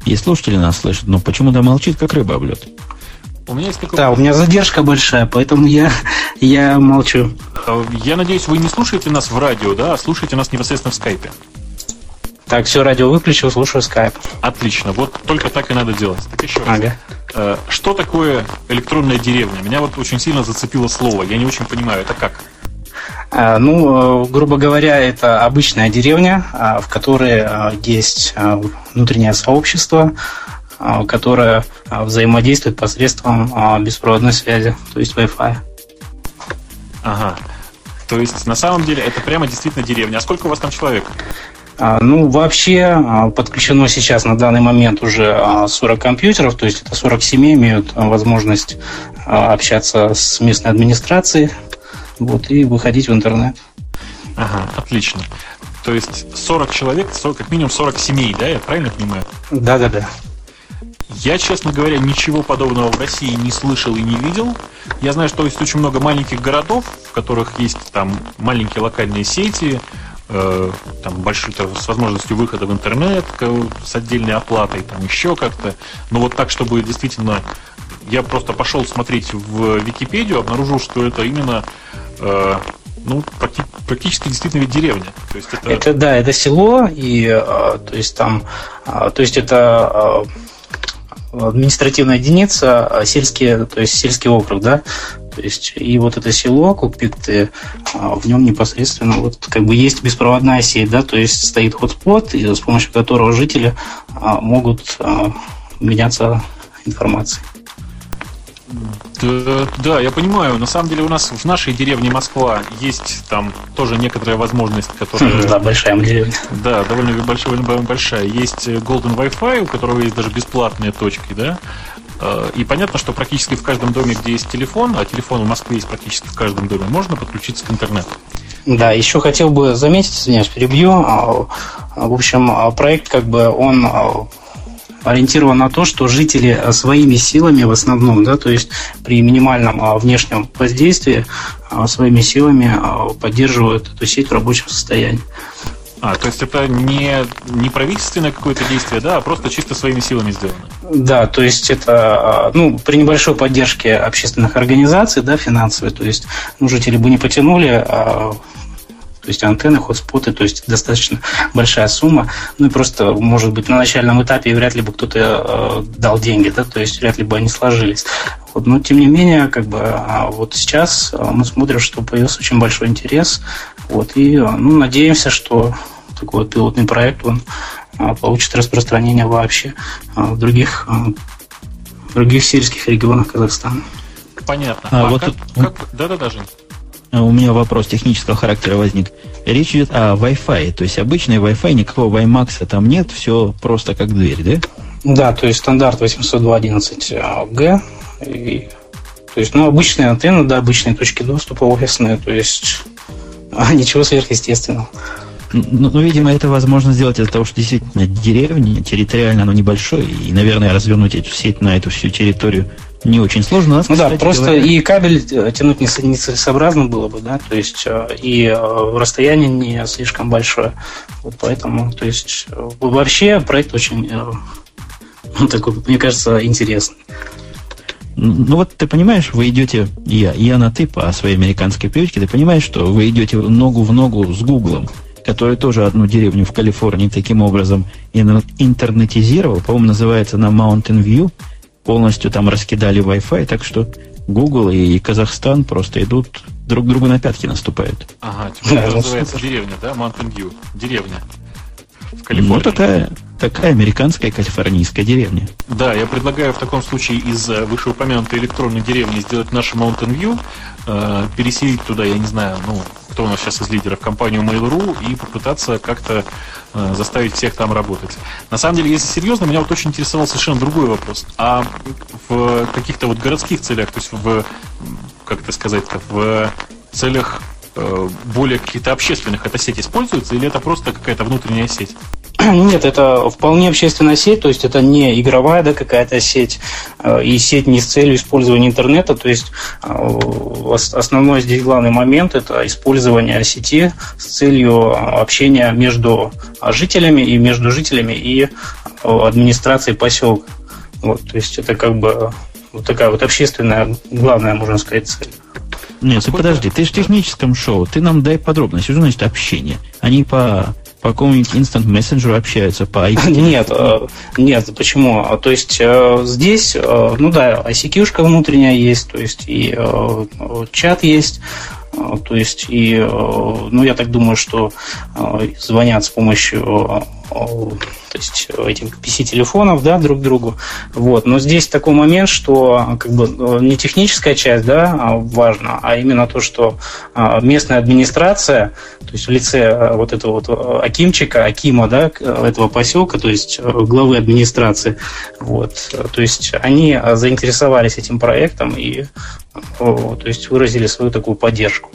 И слушатели нас слышат, но почему-то молчит, как рыба об лед. У меня есть такой... Да, у меня задержка большая, поэтому я, я молчу. Я надеюсь, вы не слушаете нас в радио, да, а слушаете нас непосредственно в скайпе. Так, все, радио выключил, слушаю скайп. Отлично, вот только так и надо делать. Так еще раз. Ага. Что такое электронная деревня? Меня вот очень сильно зацепило слово, я не очень понимаю, это как? А, ну, грубо говоря, это обычная деревня, в которой есть внутреннее сообщество, которое взаимодействует посредством беспроводной связи, то есть Wi-Fi. Ага. То есть, на самом деле, это прямо действительно деревня. А сколько у вас там человек? Ну, вообще подключено сейчас на данный момент уже сорок компьютеров, то есть это сорок семей имеют возможность общаться с местной администрацией, вот, и выходить в интернет. Ага, отлично. То есть сорок человек, сорок, как минимум сорок семей, да, я правильно понимаю? Да-да-да. Я, честно говоря, ничего подобного в России не слышал и не видел. Я знаю, что есть очень много маленьких городов, в которых есть там маленькие локальные сети, там большой, с возможностью выхода в интернет, с отдельной оплатой, там еще как-то. Но вот так, чтобы действительно... Я просто пошел смотреть в Википедию, обнаружил, что это именно э, ну, практически действительно ведь деревня. То есть это... это да, это село, и то есть там, то есть это административная единица, сельские, то есть сельский округ, да. То есть, и вот это село, Кукпекты, в нем непосредственно вот как бы есть беспроводная сеть, да, то есть стоит хотспот, с помощью которого жители могут меняться информацией. Да, да, я понимаю. На самом деле у нас в нашей деревне Москва есть там тоже некоторая возможность, которая... Да, большая деревня. Да, довольно большая, большая. Есть Golden Wi-Fi, у которого есть даже бесплатные точки, да. И понятно, что практически в каждом доме, где есть телефон, а телефон в Москве есть практически в каждом доме, можно подключиться к интернету. Да, еще хотел бы заметить, извиняюсь, перебью. В общем, проект как бы он ориентирован на то, что жители своими силами в основном, да, то есть при минимальном внешнем воздействии своими силами поддерживают эту сеть в рабочем состоянии. А, то есть это не, не правительственное какое-то действие, да, а просто чисто своими силами сделано? Да, то есть это, ну, при небольшой поддержке общественных организаций, да, финансовой, то есть, ну, жители бы не потянули, а, то есть антенны, хотспоты, то есть достаточно большая сумма, ну и просто, может быть, на начальном этапе вряд ли бы кто-то э, дал деньги, да, то есть вряд ли бы они сложились. Вот, но тем не менее, как бы, а вот сейчас мы смотрим, что появился очень большой интерес, вот, и, ну, надеемся, что такой вот пилотный проект, он а, получит распространение вообще а, в других, а, в других сельских регионах Казахстана. Понятно. А, а вот как, как... Да-да-да, Жень. У меня вопрос технического характера возник. Речь идет о Wi-Fi, то есть обычный Wi-Fi, никакого WiMAX там нет, все просто как дверь, да? Да, то есть стандарт восемьсот два точка одиннадцать джи. И, то есть, ну, обычные антенны, да, обычные точки доступа офисные, то есть а, ничего сверхъестественного. Ну, ну, видимо, это возможно сделать из-за того, что действительно деревня, территориально оно небольшое, и, наверное, развернуть эту сеть на эту всю территорию не очень сложно. Нас, ну кстати, да, просто говоря... и кабель тянуть нецелесообразно было бы, да, то есть и расстояние не слишком большое. Вот поэтому, то есть вообще проект очень, ну, такой, мне кажется, интересный. Ну вот ты понимаешь, вы идете, я, я на ты по своей американской привычке, ты понимаешь, что вы идете ногу в ногу с Гуглом, который тоже одну деревню в Калифорнии таким образом интернетизировал, по-моему, называется она Mountain View, полностью там раскидали Wi-Fi, так что Google и Казахстан просто идут друг другу на пятки наступают. Ага, теперь это называется деревня, да? Mountain View, деревня в Калифорнии. Ну, такая, такая американская калифорнийская деревня. Да, я предлагаю в таком случае из вышеупомянутой электронной деревни сделать нашу Mountain View, э, переселить туда, я не знаю, ну, кто у нас сейчас из лидеров, компанию Mail.ru, и попытаться как-то э, заставить всех там работать. На самом деле, если серьезно, меня вот очень интересовал совершенно другой вопрос. А в каких-то вот городских целях, то есть в, как это сказать-то, в целях э, более каких-то общественных, эта сеть используется, или это просто какая-то внутренняя сеть? Нет, это вполне общественная сеть, то есть это не игровая, да, какая-то сеть, и сеть не с целью использования интернета, то есть основной здесь главный момент – это использование сети с целью общения между жителями и между жителями и администрацией поселка. Вот, то есть это как бы вот такая вот общественная, главная, можно сказать, цель. Нет, ты подожди, ты же в техническом шоу, ты нам дай подробности, что значит общение? Они по, по какому-нибудь инстант мессенджеру общаются, по ай пи? Нет, нет, почему? То есть здесь, ну да, ай си кью-шка внутренняя есть, то есть и чат есть, то есть и, ну я так думаю, что звонят с помощью, то есть этих пи си-телефонов, да, друг другу. Вот. Но здесь такой момент, что как бы не техническая часть, да, важна, а именно то, что местная администрация, то есть в лице вот этого вот акимчика, акима, да, этого поселка, то есть главы администрации, вот, то есть они заинтересовались этим проектом и, то есть выразили свою такую поддержку.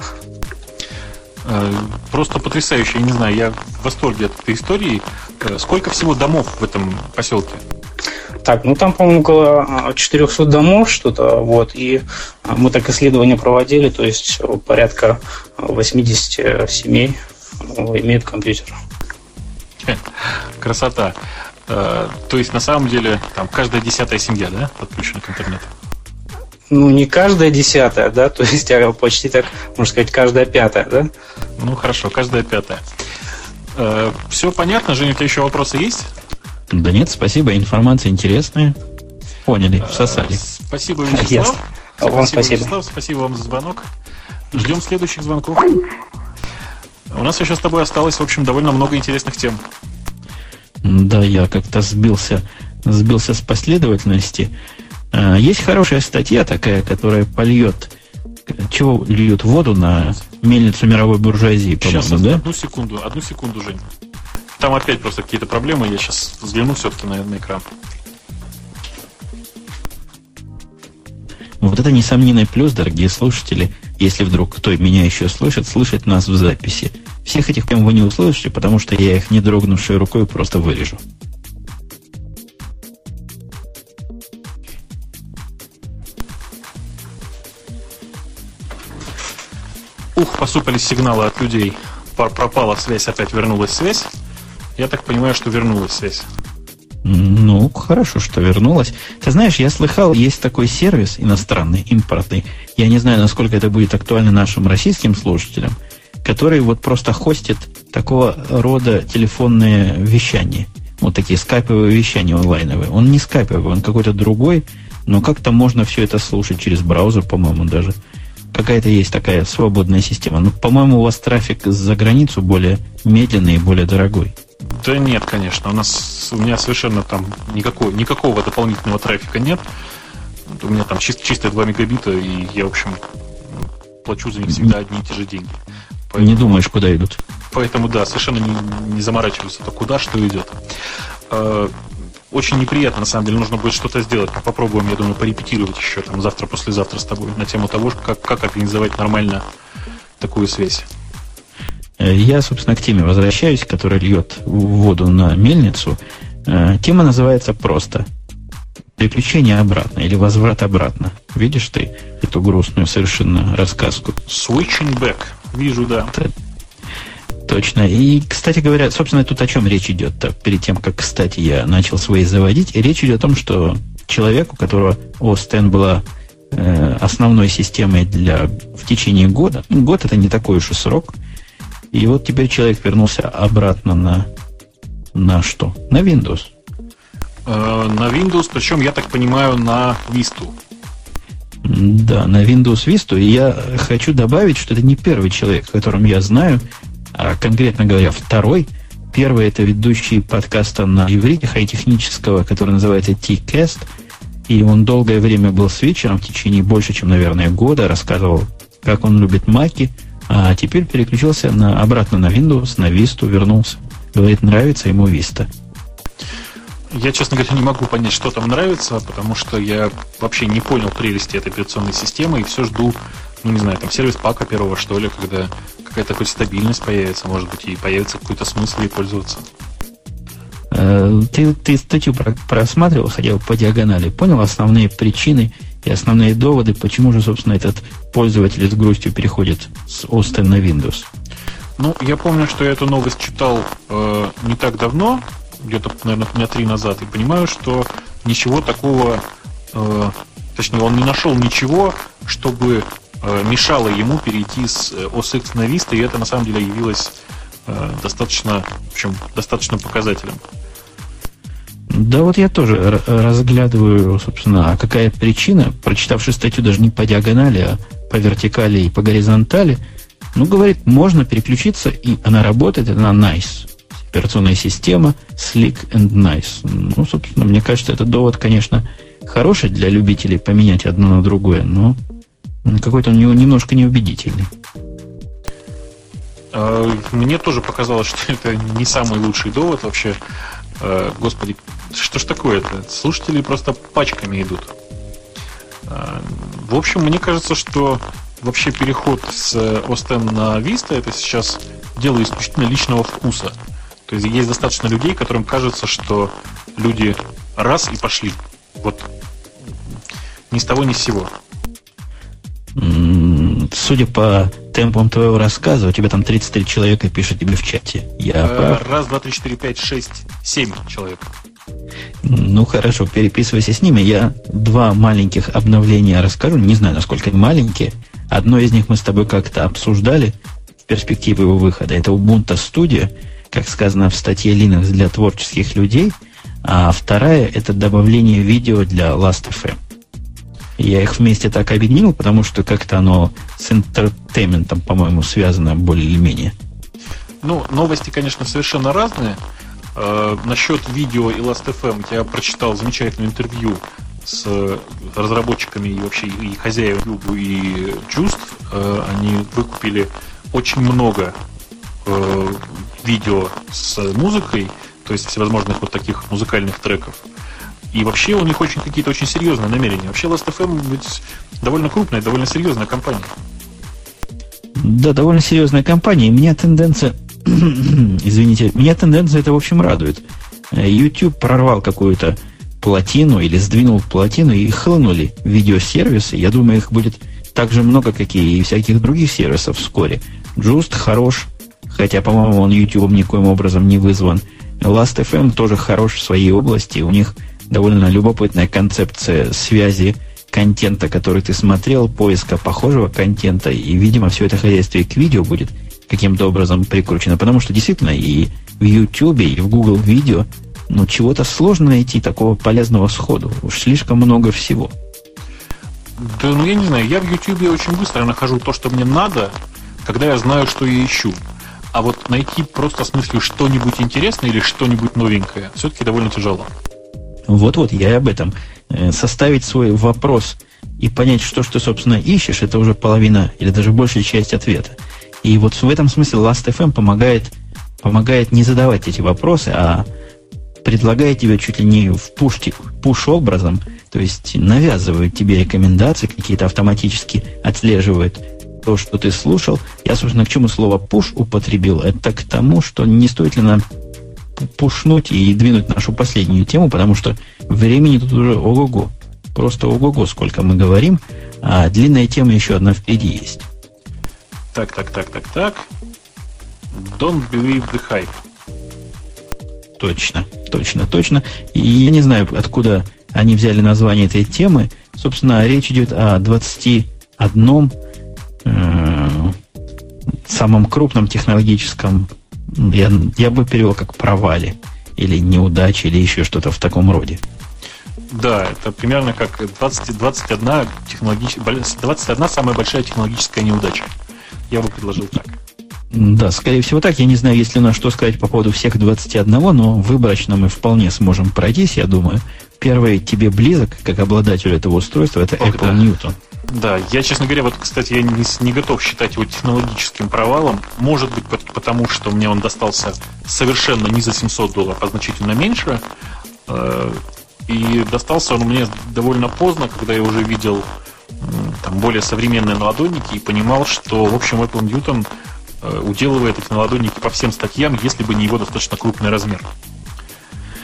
Просто потрясающе, я не знаю, я в восторге от этой истории. Сколько всего домов в этом поселке? Так, ну там, по-моему, около четыреста домов что-то, вот, и мы так исследования проводили, то есть порядка восемьдесят семей имеют компьютер. Красота. То есть, на самом деле, там каждая десятая семья, да, подключена к интернету? Ну, не каждая десятая, да, то есть почти так, можно сказать, каждая пятая, да? Ну, хорошо, каждая пятая. Э, все понятно, Женя, у тебя еще вопросы есть? Да нет, спасибо, информация интересная. Поняли, всосали. Э, спасибо, Вячеслав. Yes. Вам спасибо, спасибо. Вячеслав, спасибо вам за звонок. Ждем следующих звонков. У нас еще с тобой осталось, в общем, довольно много интересных тем. Да, я как-то сбился, сбился с последовательности. Есть хорошая статья такая, которая польет, чего льют воду на мельницу мировой буржуазии, по-моему, сейчас, да? Одну секунду, одну секунду, Жень. Там опять просто какие-то проблемы, я сейчас взгляну все-таки на, на экран. Вот это несомненный плюс, дорогие слушатели, если вдруг кто меня еще слышит, слышит нас в записи. Всех этих тем вы не услышите, потому что я их не дрогнувшей рукой просто вырежу. Ух, посыпались сигналы от людей. Пропала связь, опять вернулась связь. Я так понимаю, что вернулась связь. Ну, хорошо, что вернулась. Ты знаешь, я слыхал, есть такой сервис иностранный, импортный. Я не знаю, насколько это будет актуально нашим российским слушателям, который вот просто хостит такого рода телефонные вещания. Вот такие скайповые вещания онлайновые. Он не скайповый, он какой-то другой, но как-то можно все это слушать через браузер, по-моему, даже. Какая-то есть такая свободная система. Но, по-моему, у вас трафик за границу более медленный и более дорогой. Да нет, конечно. У нас у меня совершенно там никакого, никакого дополнительного трафика нет. У меня там чис, чисто два мегабита, и я, в общем, плачу за них всегда одни и те же деньги. Поэтому, не думаешь, куда идут? Поэтому, да, совершенно не, не заморачиваюсь, то куда, что идет. Очень неприятно, на самом деле, нужно будет что-то сделать. Мы попробуем, я думаю, порепетировать еще там завтра-послезавтра с тобой на тему того, как, как организовать нормально такую связь. Я, собственно, к теме возвращаюсь, которая льет воду на мельницу. Тема называется просто «Переключение обратно» или «Возврат обратно». Видишь ты эту грустную совершенно рассказку? Switching back. Вижу, да. Точно. И, кстати говоря, собственно, тут о чем речь идет? Перед тем, как, кстати, я начал свои заводить, речь идет о том, что человек, у которого о эс икс была э, основной системой для, в течение года, год это не такой уж и срок, и вот теперь человек вернулся обратно на, на что? На Windows. Э, на Windows, причем, я так понимаю, на Vista. Да, на Windows Vista. И я хочу добавить, что это не первый человек, о котором я знаю, а конкретно говоря, второй. Первый – это ведущий подкаста на иврите хай-технического, который называется T-Cast. И он долгое время был свитчером, в течение больше, чем, наверное, года. Рассказывал, как он любит маки. А теперь переключился на, обратно на Windows, на Vista, вернулся. Говорит, нравится ему Vista. Я, честно говоря, не могу понять, что там нравится, потому что я вообще не понял прелести этой операционной системы и все жду, ну, не знаю, там, сервис пака первого, что ли, когда какая-то хоть стабильность появится, может быть, и появится какой-то смысл ей пользоваться. Ты, ты статью просматривал, хотя бы по диагонали, понял основные причины и основные доводы, почему же, собственно, этот пользователь с грустью переходит с о эс X на Windows? Ну, я помню, что я эту новость читал э, не так давно, где-то, наверное, дня три назад, и понимаю, что ничего такого, э, точнее, он не нашел ничего, чтобы э, мешало ему перейти с о эс X на Vista, и это на самом деле явилось э, достаточно, в общем, достаточно показателем. Да, вот я тоже разглядываю, собственно, а какая причина, прочитавши статью даже не по диагонали, а по вертикали и по горизонтали, ну, говорит, можно переключиться, и она работает, она nice. Операционная система slick and nice. Ну, собственно, мне кажется, этот довод, конечно, хороший для любителей поменять одно на другое, но какой-то он немножко неубедительный. Мне тоже показалось, что это не самый лучший довод вообще. Господи, что ж такое-то? Слушатели просто пачками идут. В общем, мне кажется, что вообще переход с о эс X на Vista это сейчас дело исключительно личного вкуса. То есть есть достаточно людей, которым кажется, что люди раз и пошли. Вот ни с того, ни с сего. Судя по темпам твоего рассказа, у тебя там тридцать три человека пишут тебе в чате. Я прав? Раз, два, три, четыре, пять, шесть, семь человек. Ну, хорошо, переписывайся с ними. Я два маленьких обновления расскажу. Не знаю, насколько они маленькие. Одно из них мы с тобой как-то обсуждали в перспективе его выхода. Это Ubuntu Studio, как сказано в статье Linux для творческих людей. А вторая – это добавление видео для Last эф эм. Я их вместе так объединил, потому что как-то оно с интертейментом, по-моему, связано более или менее. Ну, новости, конечно, совершенно разные. Э, насчет видео и Last эф эм я прочитал замечательное интервью с разработчиками и вообще и хозяевами YouTube и чувств. Э, они выкупили очень много э, видео с музыкой, то есть всевозможных вот таких музыкальных треков. И вообще у них очень какие-то очень серьезные намерения. Вообще Last эф эм ведь довольно крупная, довольно серьезная компания. Да, довольно серьезная компания. И меня тенденция... Извините, меня тенденция это, в общем, радует. YouTube прорвал какую-то плотину или сдвинул плотину, и хлынули видеосервисы. Я думаю, их будет так же много, как и всяких других сервисов вскоре. Just хорош, хотя, по-моему, он YouTube никоим образом не вызван. Last эф эм тоже хорош в своей области. У них довольно любопытная концепция связи контента, который ты смотрел, поиска похожего контента, и, видимо, все это хозяйство и к видео будет каким-то образом прикручено, потому что действительно и в YouTube, и в Google Видео, ну, чего-то сложно найти такого полезного сходу. Уж слишком много всего. Да, ну, я не знаю, я в YouTube очень быстро нахожу то, что мне надо, когда я знаю, что я ищу. А вот найти просто в смысле что-нибудь интересное или что-нибудь новенькое все-таки довольно тяжело. Вот-вот, я и об этом. Составить свой вопрос и понять, что ж ты, собственно, ищешь, это уже половина или даже большая часть ответа. И вот в этом смысле Last эф эм помогает, помогает не задавать эти вопросы, а предлагает тебе чуть ли не в пуш, пуш-образом, то есть навязывает тебе рекомендации, какие-то автоматически отслеживает то, что ты слушал. Я, собственно, к чему слово «пуш» употребил? Это к тому, что не стоит ли нам пушнуть и двинуть нашу последнюю тему, потому что времени тут уже ого-го. Просто ого-го, сколько мы говорим, а длинная тема еще одна впереди есть. Так, так, так, так, так. Don't believe the hype. Точно, точно, точно. И я не знаю, откуда они взяли название этой темы. Собственно, речь идет о двадцати одном э, самом крупном технологическом, я, я бы перевел как провале, или неудаче, или еще что-то в таком роде. Да, это примерно как двадцать, двадцать одна, технологич... двадцать одна самая большая технологическая неудача. Я бы предложил так. Да, скорее всего так. Я не знаю, есть ли у нас что сказать по поводу всех двадцати одного, но выборочно мы вполне сможем пройтись, я думаю. Первый тебе близок, как обладателю этого устройства, это Ох, Apple да. Newton. Да, я, честно говоря, вот, кстати, я не, не готов считать его технологическим провалом. Может быть, потому что мне он достался совершенно не за семьсот долларов, а значительно меньше. И достался он мне довольно поздно, когда я уже видел там более современные наладонники и понимал, что, в общем, Apple Newton уделывает эти наладонники по всем статьям, если бы не его достаточно крупный размер.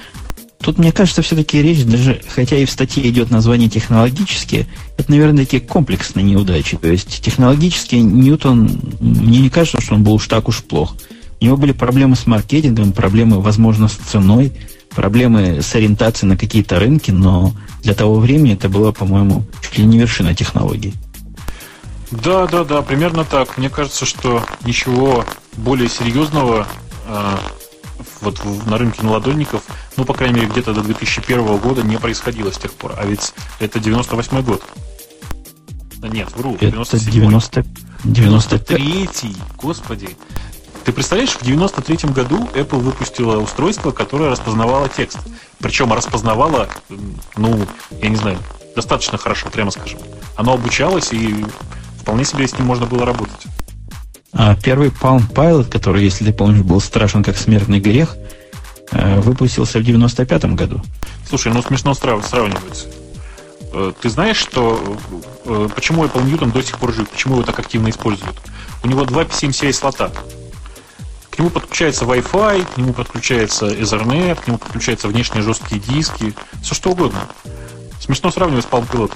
тут, мне кажется, все-таки речь, даже хотя и в статье идет название технологические, это, наверное, такие комплексные неудачи. То есть технологически Ньютон, мне не кажется, что он был уж так уж плох. У него были проблемы с маркетингом, проблемы, возможно, с ценой, проблемы с ориентацией на какие-то рынки, но для того времени это была, по-моему, чуть ли не вершина технологий. Да, да, да, примерно так. Мне кажется, что ничего более серьезного э, вот в, на рынке наладонников, ну, по крайней мере, где-то до две тысячи первого года не происходило с тех пор. А ведь это девяносто восьмой год. Нет, вру, девяносто седьмой. девяносто, девяносто третий, господи. Ты представляешь, в девяносто третьем году Apple выпустила устройство, которое распознавало текст. Причем распознавало, ну, я не знаю, достаточно хорошо, прямо скажем. Оно обучалось, и вполне себе с ним можно было работать. А первый Palm Pilot, который, если ты помнишь, был страшен как смертный грех, выпустился в девяносто пятом году. Слушай, ну смешно сравнивать. Ты знаешь, что почему Apple Newton до сих пор жив? Почему его так активно используют? У него два пи си эм си ай слота. К нему подключается Wi-Fi, к нему подключается Ethernet, к нему подключаются внешние жесткие диски, все что угодно. Смешно сравнивать с Palm Pilot.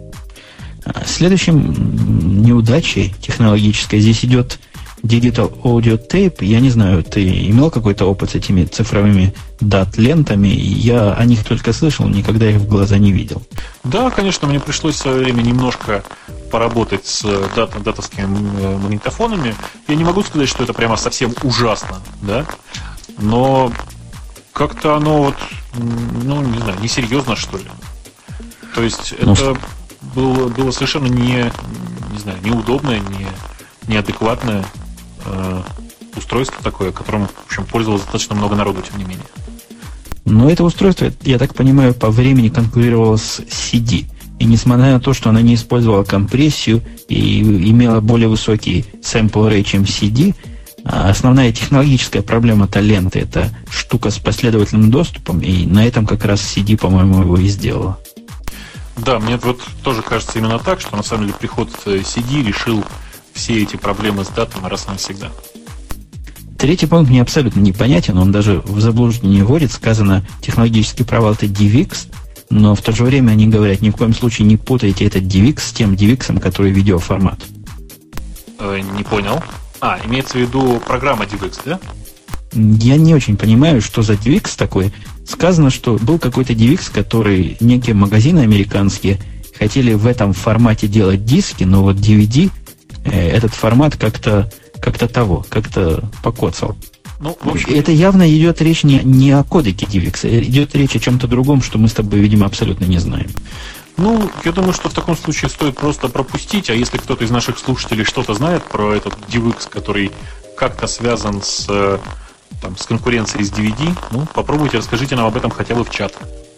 Следующим неудачей технологической здесь идет Digital Audio Tape. Я не знаю, ты имел какой-то опыт с этими цифровыми дат-лентами? Я о них только слышал, никогда их в глаза не видел. Да, конечно, мне пришлось в свое время немножко поработать с дат- датовскими магнитофонами. Я не могу сказать, что это прямо совсем ужасно, да? Но как-то оно вот, ну, не знаю, несерьезно, что ли. То есть ну, это было, было совершенно не, не знаю, неудобное, не, неадекватное э, устройство такое, которым, в общем, пользовалось достаточно много народу, тем не менее. Но это устройство, я так понимаю, по времени конкурировало с си ди. И несмотря на то, что она не использовала компрессию и имела более высокий sample rate, чем си ди, основная технологическая проблема-то ленты – это штука с последовательным доступом, и на этом как раз си ди, по-моему, его и сделала. Да, мне вот тоже кажется именно так, что на самом деле приход си ди решил все эти проблемы с датами раз и навсегда. Третий пункт мне абсолютно непонятен, он даже в заблуждение вводит. Сказано, технологический провал – это ди ви экс, но в то же время они говорят, ни в коем случае не путайте этот ди ви экс с тем ди ви экс, который видеоформат. Э, не понял. А, имеется в виду программа ди ви экс, да? Я не очень понимаю, что за ди ви экс такой. Сказано, что был какой-то ди ви экс, который некие магазины американские хотели в этом формате делать диски, но вот ди ви ди э, этот формат как-то, как-то того, как-то покоцал. Ну, в общем... Это явно идет речь не, не о кодеке ди ви экс, идет речь о чем-то другом, что мы с тобой, видимо, абсолютно не знаем. Ну, я думаю, что в таком случае стоит просто пропустить, а если кто-то из наших слушателей что-то знает про этот ди ви экс, который как-то связан с, там, с конкуренцией с ди ви ди, ну, попробуйте, расскажите нам об этом хотя бы в чат.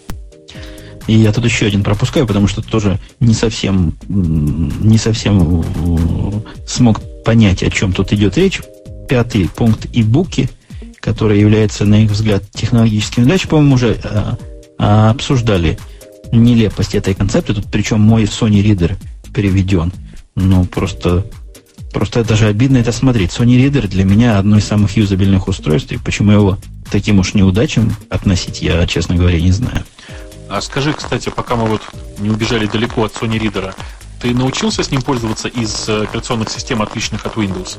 И я тут еще один пропускаю, потому что тоже не совсем, не совсем смог понять, о чем тут идет речь. Пятый пункт и-буки, который является, на их взгляд, технологическим неудачей. По-моему, уже а, а, обсуждали нелепость этой концепции. Тут причем мой Sony Reader переведен. Ну, просто, просто даже обидно это смотреть. Sony Reader для меня одно из самых юзабельных устройств. И почему его таким уж неудачам относить, я, честно говоря, не знаю. А скажи, кстати, пока мы вот не убежали далеко от Sony Reader, ты научился с ним пользоваться из операционных систем, отличных от Windows?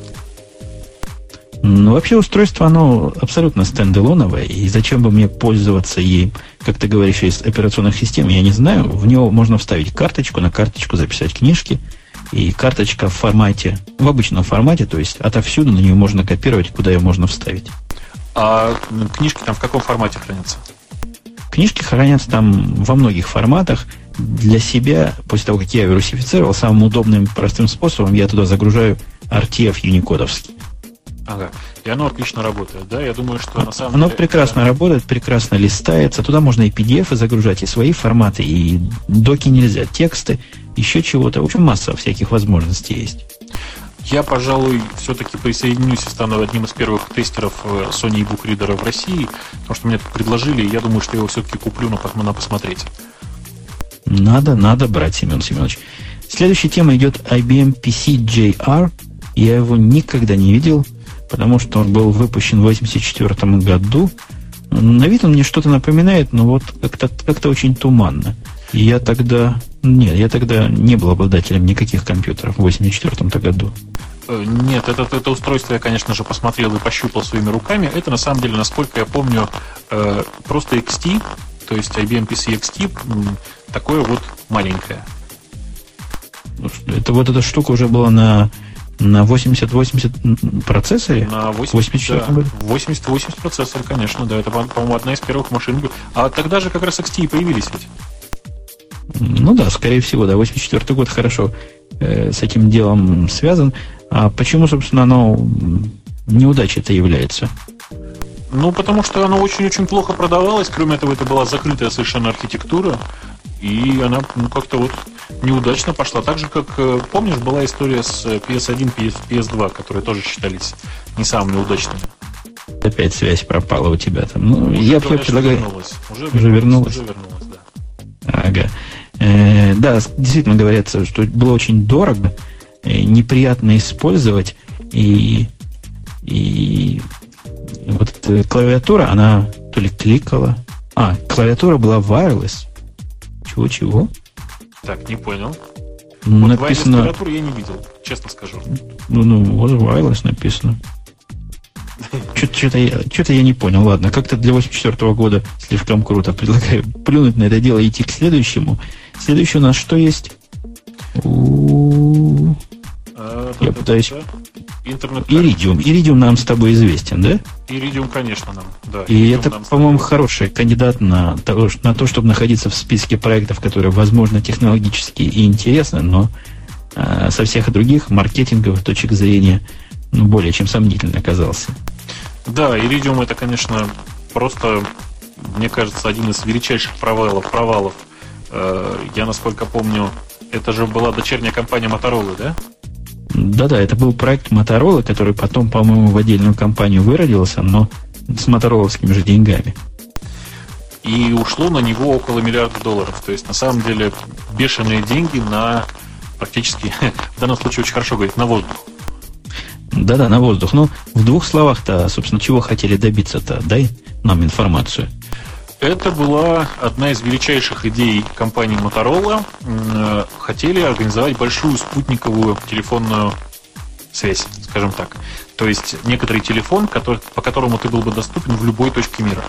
Ну, вообще устройство, оно абсолютно стендалоновое, и зачем бы мне пользоваться ей, как ты говоришь, из операционных систем, я не знаю. В него можно вставить карточку, на карточку записать книжки, и карточка в формате, в обычном формате, то есть отовсюду на нее можно копировать, куда ее можно вставить. А книжки там в каком формате хранятся? Книжки хранятся там во многих форматах. Для себя, после того, как я ее русифицировал, самым удобным, простым способом я туда загружаю ар ти эф юникодовский. Ага. И оно отлично работает, да? Я думаю, что на самом оно деле... Оно прекрасно это... работает, прекрасно листается. Туда можно и пи ди эф загружать, и свои форматы, и доки нельзя, тексты, еще чего-то. В общем, масса всяких возможностей есть. Я, пожалуй, все-таки присоединюсь и стану одним из первых тестеров Sony e-book Reader в России, потому что мне это предложили, и я думаю, что я его все-таки куплю, но надо посмотреть. Надо, надо брать, Семен Семенович. Следующая тема идет ай би эм пи си джей ар. Я его никогда не видел, потому что он был выпущен в восемьдесят четвёртом году. На вид он мне что-то напоминает, но вот как-то, как-то очень туманно. И я тогда... Нет, я тогда не был обладателем никаких компьютеров в восемьдесят четвёртом году. Нет, это, это устройство я, конечно же, посмотрел и пощупал своими руками. Это, на самом деле, насколько я помню, просто икс ти, то есть ай би эм пи си икс ти, такое вот маленькое. Это вот эта штука уже была на, на восемьдесят восемьдесят процессоре? На восемьдесят, да, восемьдесят восемьдесят процессор, конечно, да. Это, по-моему, одна из первых машин. А тогда же как раз икс ти и появились ведь. Ну да, скорее всего, да. восемьдесят четвёртый год хорошо э, с этим делом связан. А почему, собственно, оно неудачей-то является? Ну, потому что оно очень-очень плохо продавалось. Кроме этого, это была закрытая совершенно архитектура. И она, ну, как-то вот неудачно пошла. Так же, как, помнишь, была история с пи эс один, пи эс два, которые тоже считались не самыми удачными. Опять связь пропала у тебя там. Ну, уже я говорят, предлагаю... Вернулась. Уже, уже вернулась. Уже вернулась, да. Ага. Э, да, действительно говорится, что было очень дорого, э, неприятно использовать, и, и вот эта клавиатура, она то ли кликала. А, клавиатура была wireless. Чего-чего? Так, не понял. Написано... Вот клавиатуру я не видел, честно скажу. Ну, ну, вот wireless написано. Что-то я, что-то я не понял. Ладно, как-то для восемьдесят четвёртого года слишком круто. Предлагаю плюнуть на это дело и идти к следующему. Следующий у нас что есть? У-у-у. А, я да, пытаюсь... да. Интернет. Иридиум. Иридиум нам с тобой известен, да? Иридиум, конечно, нам. Да, и Иридиум это, по-моему, хороший кандидат на то, на то, чтобы находиться в списке проектов, которые, возможно, технологически и интересны, но а, со всех других маркетинговых точек зрения, ну, более чем сомнительно оказался. Да, Iridium это, конечно, просто, мне кажется, один из величайших провалов. провалов. Я, насколько помню, это же была дочерняя компания Motorola, да? Да-да, это был проект Motorola, который потом, по-моему, в отдельную компанию выродился, но с мотороловскими же деньгами. И ушло на него около миллиарда долларов. То есть, на самом деле, бешеные деньги на практически, в данном случае очень хорошо говорить, на воздух. Да-да, на воздух. Ну, в двух словах-то, собственно, чего хотели добиться-то? Дай нам информацию. Это была одна из величайших идей компании Motorola. Хотели организовать большую спутниковую телефонную связь, скажем так. То есть некоторый телефон, который, по которому ты был бы доступен в любой точке мира.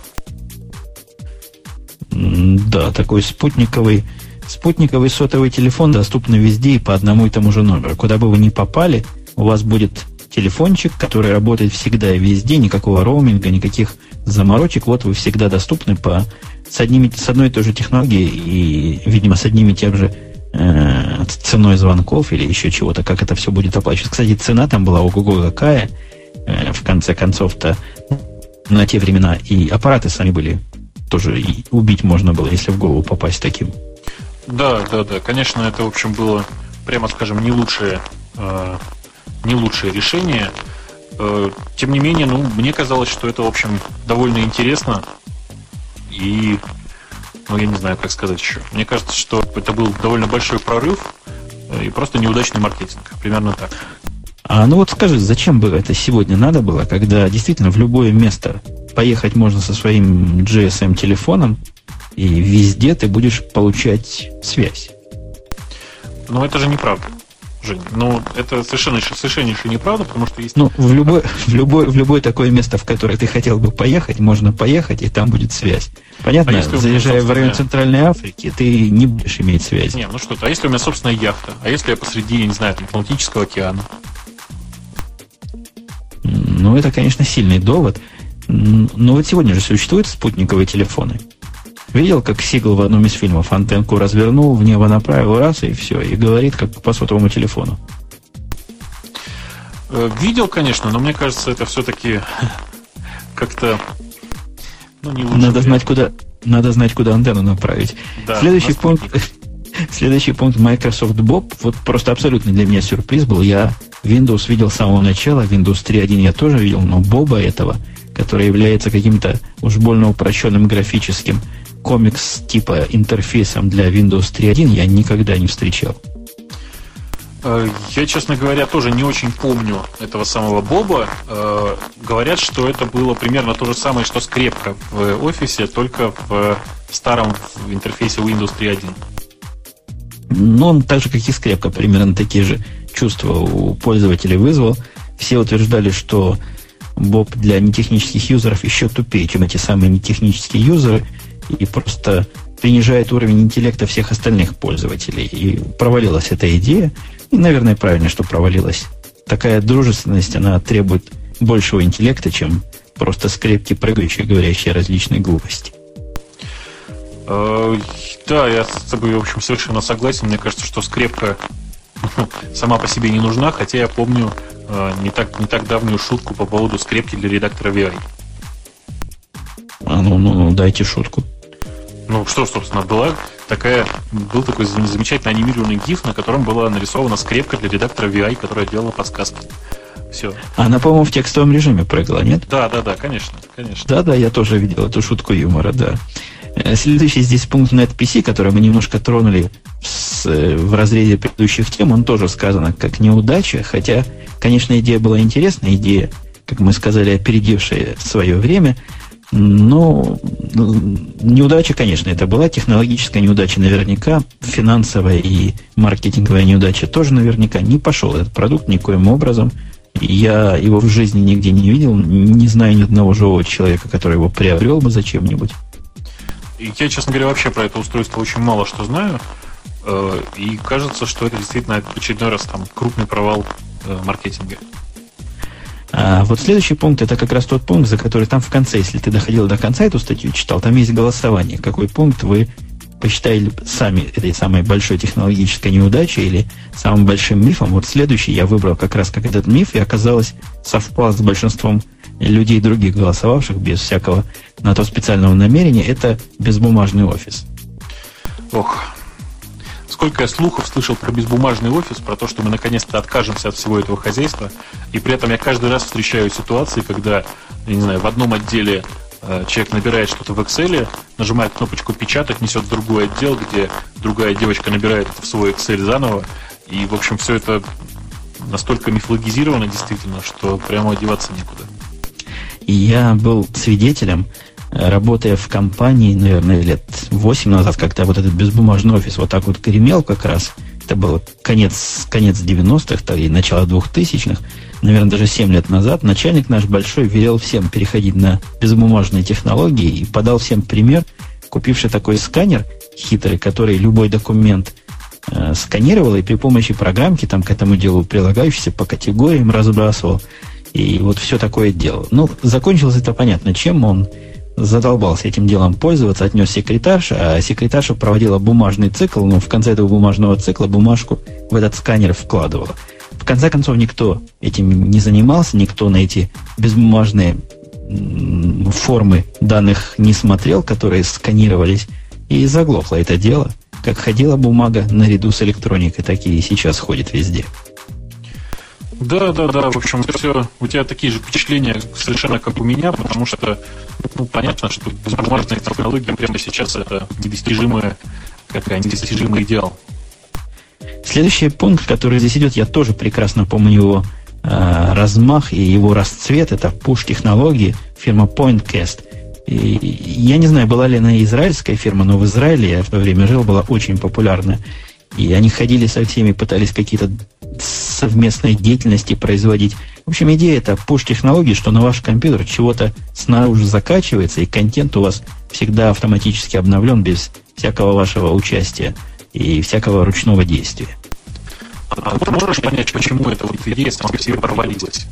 Да, такой спутниковый, спутниковый сотовый телефон доступный везде и по одному и тому же номеру. Куда бы вы ни попали, у вас будет телефончик, который работает всегда и везде, никакого роуминга, никаких заморочек. Вот вы всегда доступны по, с, одними, с одной и той же технологией и, видимо, с одним и тем же э, ценой звонков или еще чего-то, как это все будет оплачиваться. Кстати, цена там была ого-го какая, э, в конце концов-то, на те времена. И аппараты сами были тоже, и убить можно было, если в голову попасть таким. Да, да, да. Конечно, это, в общем, было, прямо скажем, не лучшее... Э, не лучшее решение. Тем не менее, ну, мне казалось, что это, в общем, довольно интересно. И, ну, я не знаю, как сказать еще. Мне кажется, что это был довольно большой прорыв и просто неудачный маркетинг. Примерно так. А ну вот скажи, зачем бы это сегодня надо было, когда действительно в любое место поехать можно со своим джи эс эм-телефоном, и везде ты будешь получать связь? Но это же неправда. Жень, ну, это совершенно, совершеннейшая неправда, потому что есть... Ну, в любое, в, любое, в любое такое место, в которое ты хотел бы поехать, можно поехать, и там будет связь. Понятно, а заезжая в район Центральной Африки, ты не будешь иметь связи. Не, ну что-то, а если у меня собственная яхта? А если я посреди, я не знаю, Атлантического океана? Ну, это, конечно, сильный довод. Но вот сегодня же существуют спутниковые телефоны. Видел, как Сигал в одном из фильмов антенку развернул, в небо направил, раз, и все, и говорит, как по сотовому телефону. Видел, конечно, но мне кажется, это все-таки как-то, ну, не лучше. Надо знать, куда, надо знать, куда антенну направить. Да, следующий пункт, следующий пункт Microsoft Bob, вот просто абсолютно для меня сюрприз был. Я Windows видел с самого начала, Windows три точка один я тоже видел, но Боба этого, который является каким-то уж больно упрощенным графическим комикс типа интерфейсом для Windows три точка один, я никогда не встречал. Я, честно говоря, тоже не очень помню этого самого Боба. Говорят, что это было примерно то же самое, что скрепка в офисе, только в старом интерфейсе Windows три точка один. Ну, он так же, как и скрепка, примерно такие же чувства у пользователей вызвал. Все утверждали, что Боб для нетехнических юзеров еще тупее, чем эти самые нетехнические юзеры, и просто принижает уровень интеллекта всех остальных пользователей. И провалилась эта идея. И, наверное, правильно, что провалилась. Такая дружественность, она требует большего интеллекта, чем просто скрепки, прыгающие, говорящие различные глупости. Да, я с тобой, в общем, совершенно согласен. Мне кажется, что скрепка сама по себе не нужна, хотя я помню не так, не так давнюю шутку по поводу скрепки для редактора ви ай. А ну, ну, ну, дайте шутку. Ну, что, собственно, была такая, был такой замечательно анимированный гиф, на котором была нарисована скрепка для редактора ви ай, которая делала подсказки. Все. Она, по-моему, в текстовом режиме прыгала, нет? Да, да, да, конечно, конечно. Да, да, я тоже видел эту шутку юмора, да. Следующий здесь пункт NetPC, который мы немножко тронули с, в разрезе предыдущих тем, он тоже сказано как неудача, хотя, конечно, идея была интересная, идея, как мы сказали, опередившая свое время, но неудача, конечно, это была, технологическая неудача наверняка, финансовая и маркетинговая неудача тоже наверняка. Не пошел этот продукт никоим образом. Я его в жизни нигде не видел, не знаю ни одного живого человека, который его приобрел бы зачем-нибудь. Я, честно говоря, вообще про это устройство очень мало что знаю. И кажется, что это действительно очередной раз там крупный провал маркетинга. А вот следующий пункт, это как раз тот пункт, за который там в конце, если ты доходил до конца эту статью, читал, там есть голосование. Какой пункт вы посчитали сами этой самой большой технологической неудачей или самым большим мифом? Вот следующий я выбрал как раз как этот миф, и оказалось, совпал с большинством людей других голосовавших, без всякого на то специального намерения, это безбумажный офис. Ох, сколько я слухов слышал про безбумажный офис, про то, что мы наконец-то откажемся от всего этого хозяйства, и при этом я каждый раз встречаю ситуации, когда, я не знаю, в одном отделе э, человек набирает что-то в Excel, нажимает кнопочку «Печатать», несет в другой отдел, где другая девочка набирает это в свой Excel заново, и, в общем, все это настолько мифологизировано действительно, что прямо одеваться некуда. И я был свидетелем, работая в компании, наверное, лет восемь назад, когда вот этот безбумажный офис вот так вот гремел как раз, это был конец, конец девяностых и начало двухтысячных, наверное, даже семь лет назад, начальник наш большой велел всем переходить на безбумажные технологии и подал всем пример, купивший такой сканер хитрый, который любой документ э, сканировал и при помощи программки там к этому делу прилагающейся по категориям разбрасывал. И вот все такое делал. Ну, закончилось это понятно, чем он задолбался этим делом пользоваться, отнес секретарша, а секретарша проводила бумажный цикл, но в конце этого бумажного цикла бумажку в этот сканер вкладывала. В конце концов, никто этим не занимался, никто на эти безбумажные формы данных не смотрел, которые сканировались, и заглохло это дело. Как ходила бумага наряду с электроникой, так и сейчас ходит везде. Да, да, да, в общем, все, у тебя такие же впечатления совершенно как у меня, потому что, ну, понятно, что безбумажная технология прямо сейчас это недостижимый, какая недостижимый идеал. Следующий пункт, который здесь идет, я тоже прекрасно помню его э, размах и его расцвет, это push-технологии, фирма PointCast. И я не знаю, была ли она израильская фирма, но в Израиле я в то время жил, была очень популярная. И они ходили со всеми, пытались какие-то совместные деятельности производить. В общем, идея это push-технологии, что на ваш компьютер чего-то снаружи закачивается, и контент у вас всегда автоматически обновлен без всякого вашего участия и всякого ручного действия. А можешь понять, почему эта вот идея сама по себе провалилась?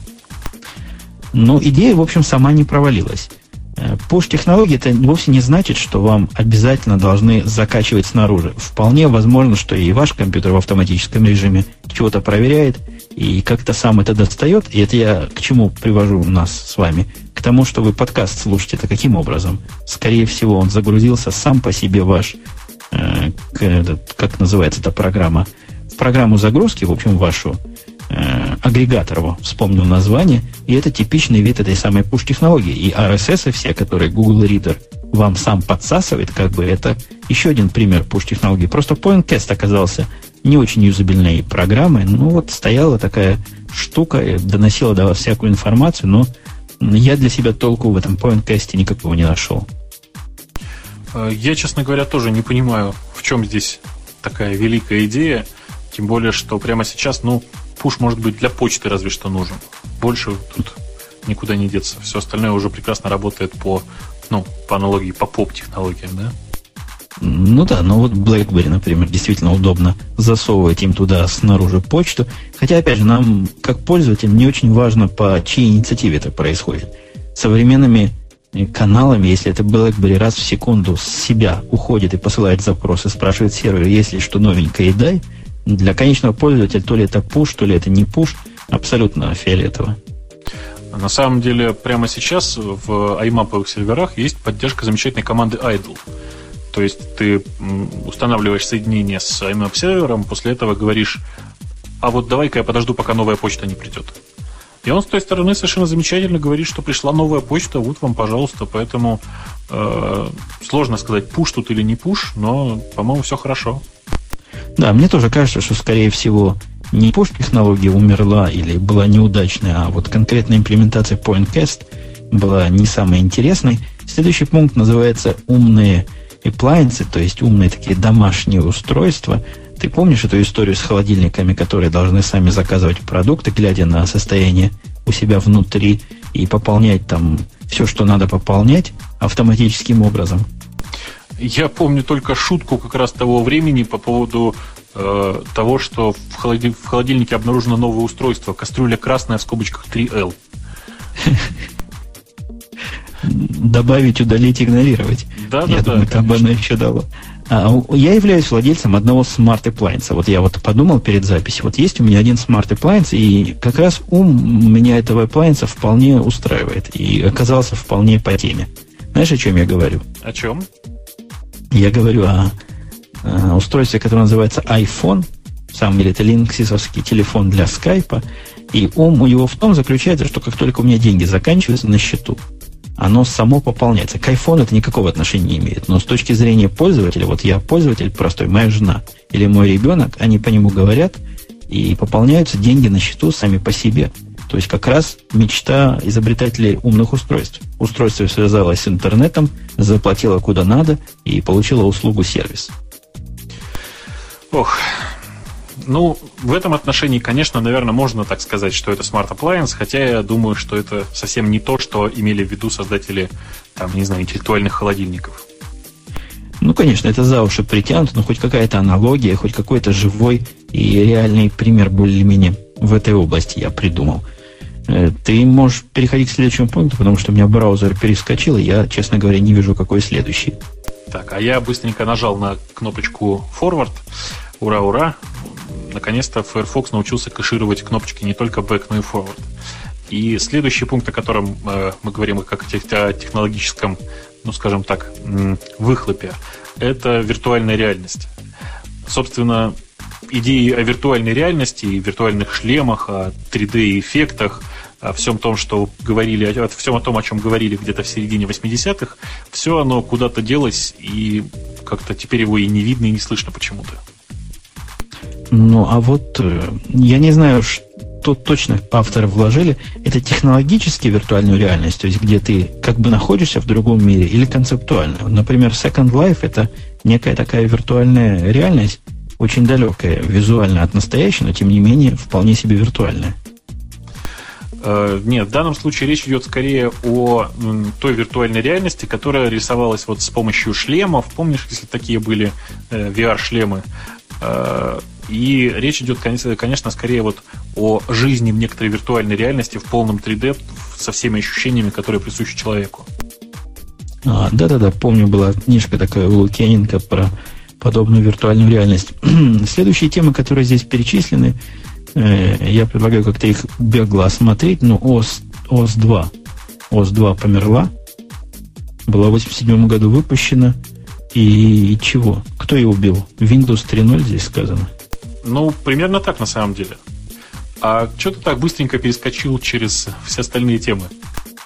Ну, идея, в общем, сама не провалилась. Push-технология это вовсе не значит, что вам обязательно должны закачивать снаружи. Вполне возможно, что и ваш компьютер в автоматическом режиме чего-то проверяет и как-то сам это достает. И это я к чему привожу нас с вами? К тому, что вы подкаст слушаете. Это каким образом? Скорее всего, он загрузился сам по себе ваш, э, как называется эта программа, в программу загрузки, в общем, вашу, э, агрегатор его, вспомнил название, и это типичный вид этой самой push-технологии. И ар эс эс все, которые Google Reader вам сам подсасывает, как бы это еще один пример push-технологии. Просто PointCast оказался не очень юзабельные программы. Ну, вот стояла такая штука, доносила до вас всякую информацию, но я для себя толку в этом PointCast никакого не нашел. Я, честно говоря, тоже не понимаю, в чем здесь такая великая идея. Тем более, что прямо сейчас, ну, пуш может быть для почты разве что нужен. Больше тут никуда не деться. Все остальное уже прекрасно работает по, ну, по аналогии, по поп-технологиям, да? Ну да, но вот BlackBerry, например, действительно удобно засовывать им туда снаружи почту. Хотя, опять же, нам, как пользователям, не очень важно, по чьей инициативе это происходит. Современными каналами, если это BlackBerry раз в секунду с себя уходит и посылает запрос и спрашивает сервер, есть ли что новенькое и дай, для конечного пользователя то ли это пуш, то ли это не пуш, абсолютно фиолетово. На самом деле, прямо сейчас в аймаповых серверах есть поддержка замечательной команды idle. То есть ты устанавливаешь соединение с IMAP сервером, после этого говоришь, а вот давай-ка я подожду, пока новая почта не придет. И он с той стороны совершенно замечательно говорит, что пришла новая почта, вот вам, пожалуйста. Поэтому э, сложно сказать, пуш тут или не пуш, но, по-моему, все хорошо. Да, мне тоже кажется, что, скорее всего, не пуш-технология умерла или была неудачная, а вот конкретная имплементация PointCast была не самой интересной. Следующий пункт называется «умные appliances», то есть умные такие домашние устройства. Ты помнишь эту историю с холодильниками, которые должны сами заказывать продукты, глядя на состояние у себя внутри и пополнять там все, что надо пополнять автоматическим образом? Я помню только шутку как раз того времени по поводу э, того, что в, холоди- в холодильнике обнаружено новое устройство. Кастрюля красная в скобочках три эл. Добавить, удалить, игнорировать. Да, я да, думаю, да, там бы оно еще дало. А, я являюсь владельцем одного Smart Appliance. Вот я вот подумал перед записью. Вот есть у меня один Smart Appliance, и как раз ум меня этого Appliance вполне устраивает. И оказался вполне по теме. Знаешь, о чем я говорю? О чем? Я говорю о, о устройстве, которое называется iPhone. В самом деле, это линксисовский телефон для скайпа. И ум у него в том заключается, что как только у меня деньги заканчиваются на счету, оно само пополняется. К iPhone это никакого отношения не имеет. Но с точки зрения пользователя, вот я пользователь простой, моя жена или мой ребенок, они по нему говорят, и пополняются деньги на счету сами по себе. То есть как раз мечта изобретателей умных устройств. Устройство связалось с интернетом, заплатило куда надо и получило услугу-сервис. Ох, ну, в этом отношении, конечно, наверное, можно так сказать, что это Smart Appliance, хотя я думаю, что это совсем не то, что имели в виду создатели, там, не знаю, интеллектуальных холодильников. Ну, конечно, это за уши притянуто, но хоть какая-то аналогия, хоть какой-то живой и реальный пример более-менее в этой области я придумал. Ты можешь переходить к следующему пункту, потому что у меня браузер перескочил, и я, честно говоря, не вижу, какой следующий. Так, а я быстренько нажал на кнопочку Forward. Ура, ура! Наконец-то Firefox научился кэшировать кнопочки не только Back, но и Forward. И следующий пункт, о котором э, мы говорим как о технологическом, ну, скажем так, выхлопе, это виртуальная реальность. Собственно, идеи о виртуальной реальности и виртуальных шлемах, о три дэ-эффектах, о всем том, что говорили, о всем о том, о чем говорили где-то в середине восьмидесятых, все оно куда-то делось, и как-то теперь его и не видно, и не слышно почему-то. Ну, а вот я не знаю, что точно авторы вложили. Это технологически виртуальную реальность, то есть где ты как бы находишься в другом мире, или концептуально. Например, Second Life – это некая такая виртуальная реальность, очень далекая визуально от настоящей, но тем не менее вполне себе виртуальная. Нет, в данном случае речь идет скорее о той виртуальной реальности, которая рисовалась вот с помощью шлемов. Помнишь, если такие были ви ар-шлемы? И речь идет, конечно, скорее вот о жизни в некоторой виртуальной реальности в полном три дэ со всеми ощущениями, которые присущи человеку. А, да-да-да, помню, была книжка такая у Лукьяненко про подобную виртуальную реальность. Следующие темы, которые здесь перечислены, э, я предлагаю как-то их бегло осмотреть. Ну, ОС, ОС два. ОС два померла. Была в восемьдесят седьмом году выпущена. И, и чего? Кто ее убил? Windows три ноль здесь сказано. Ну, примерно так на самом деле. А что ты так быстренько перескочил через все остальные темы?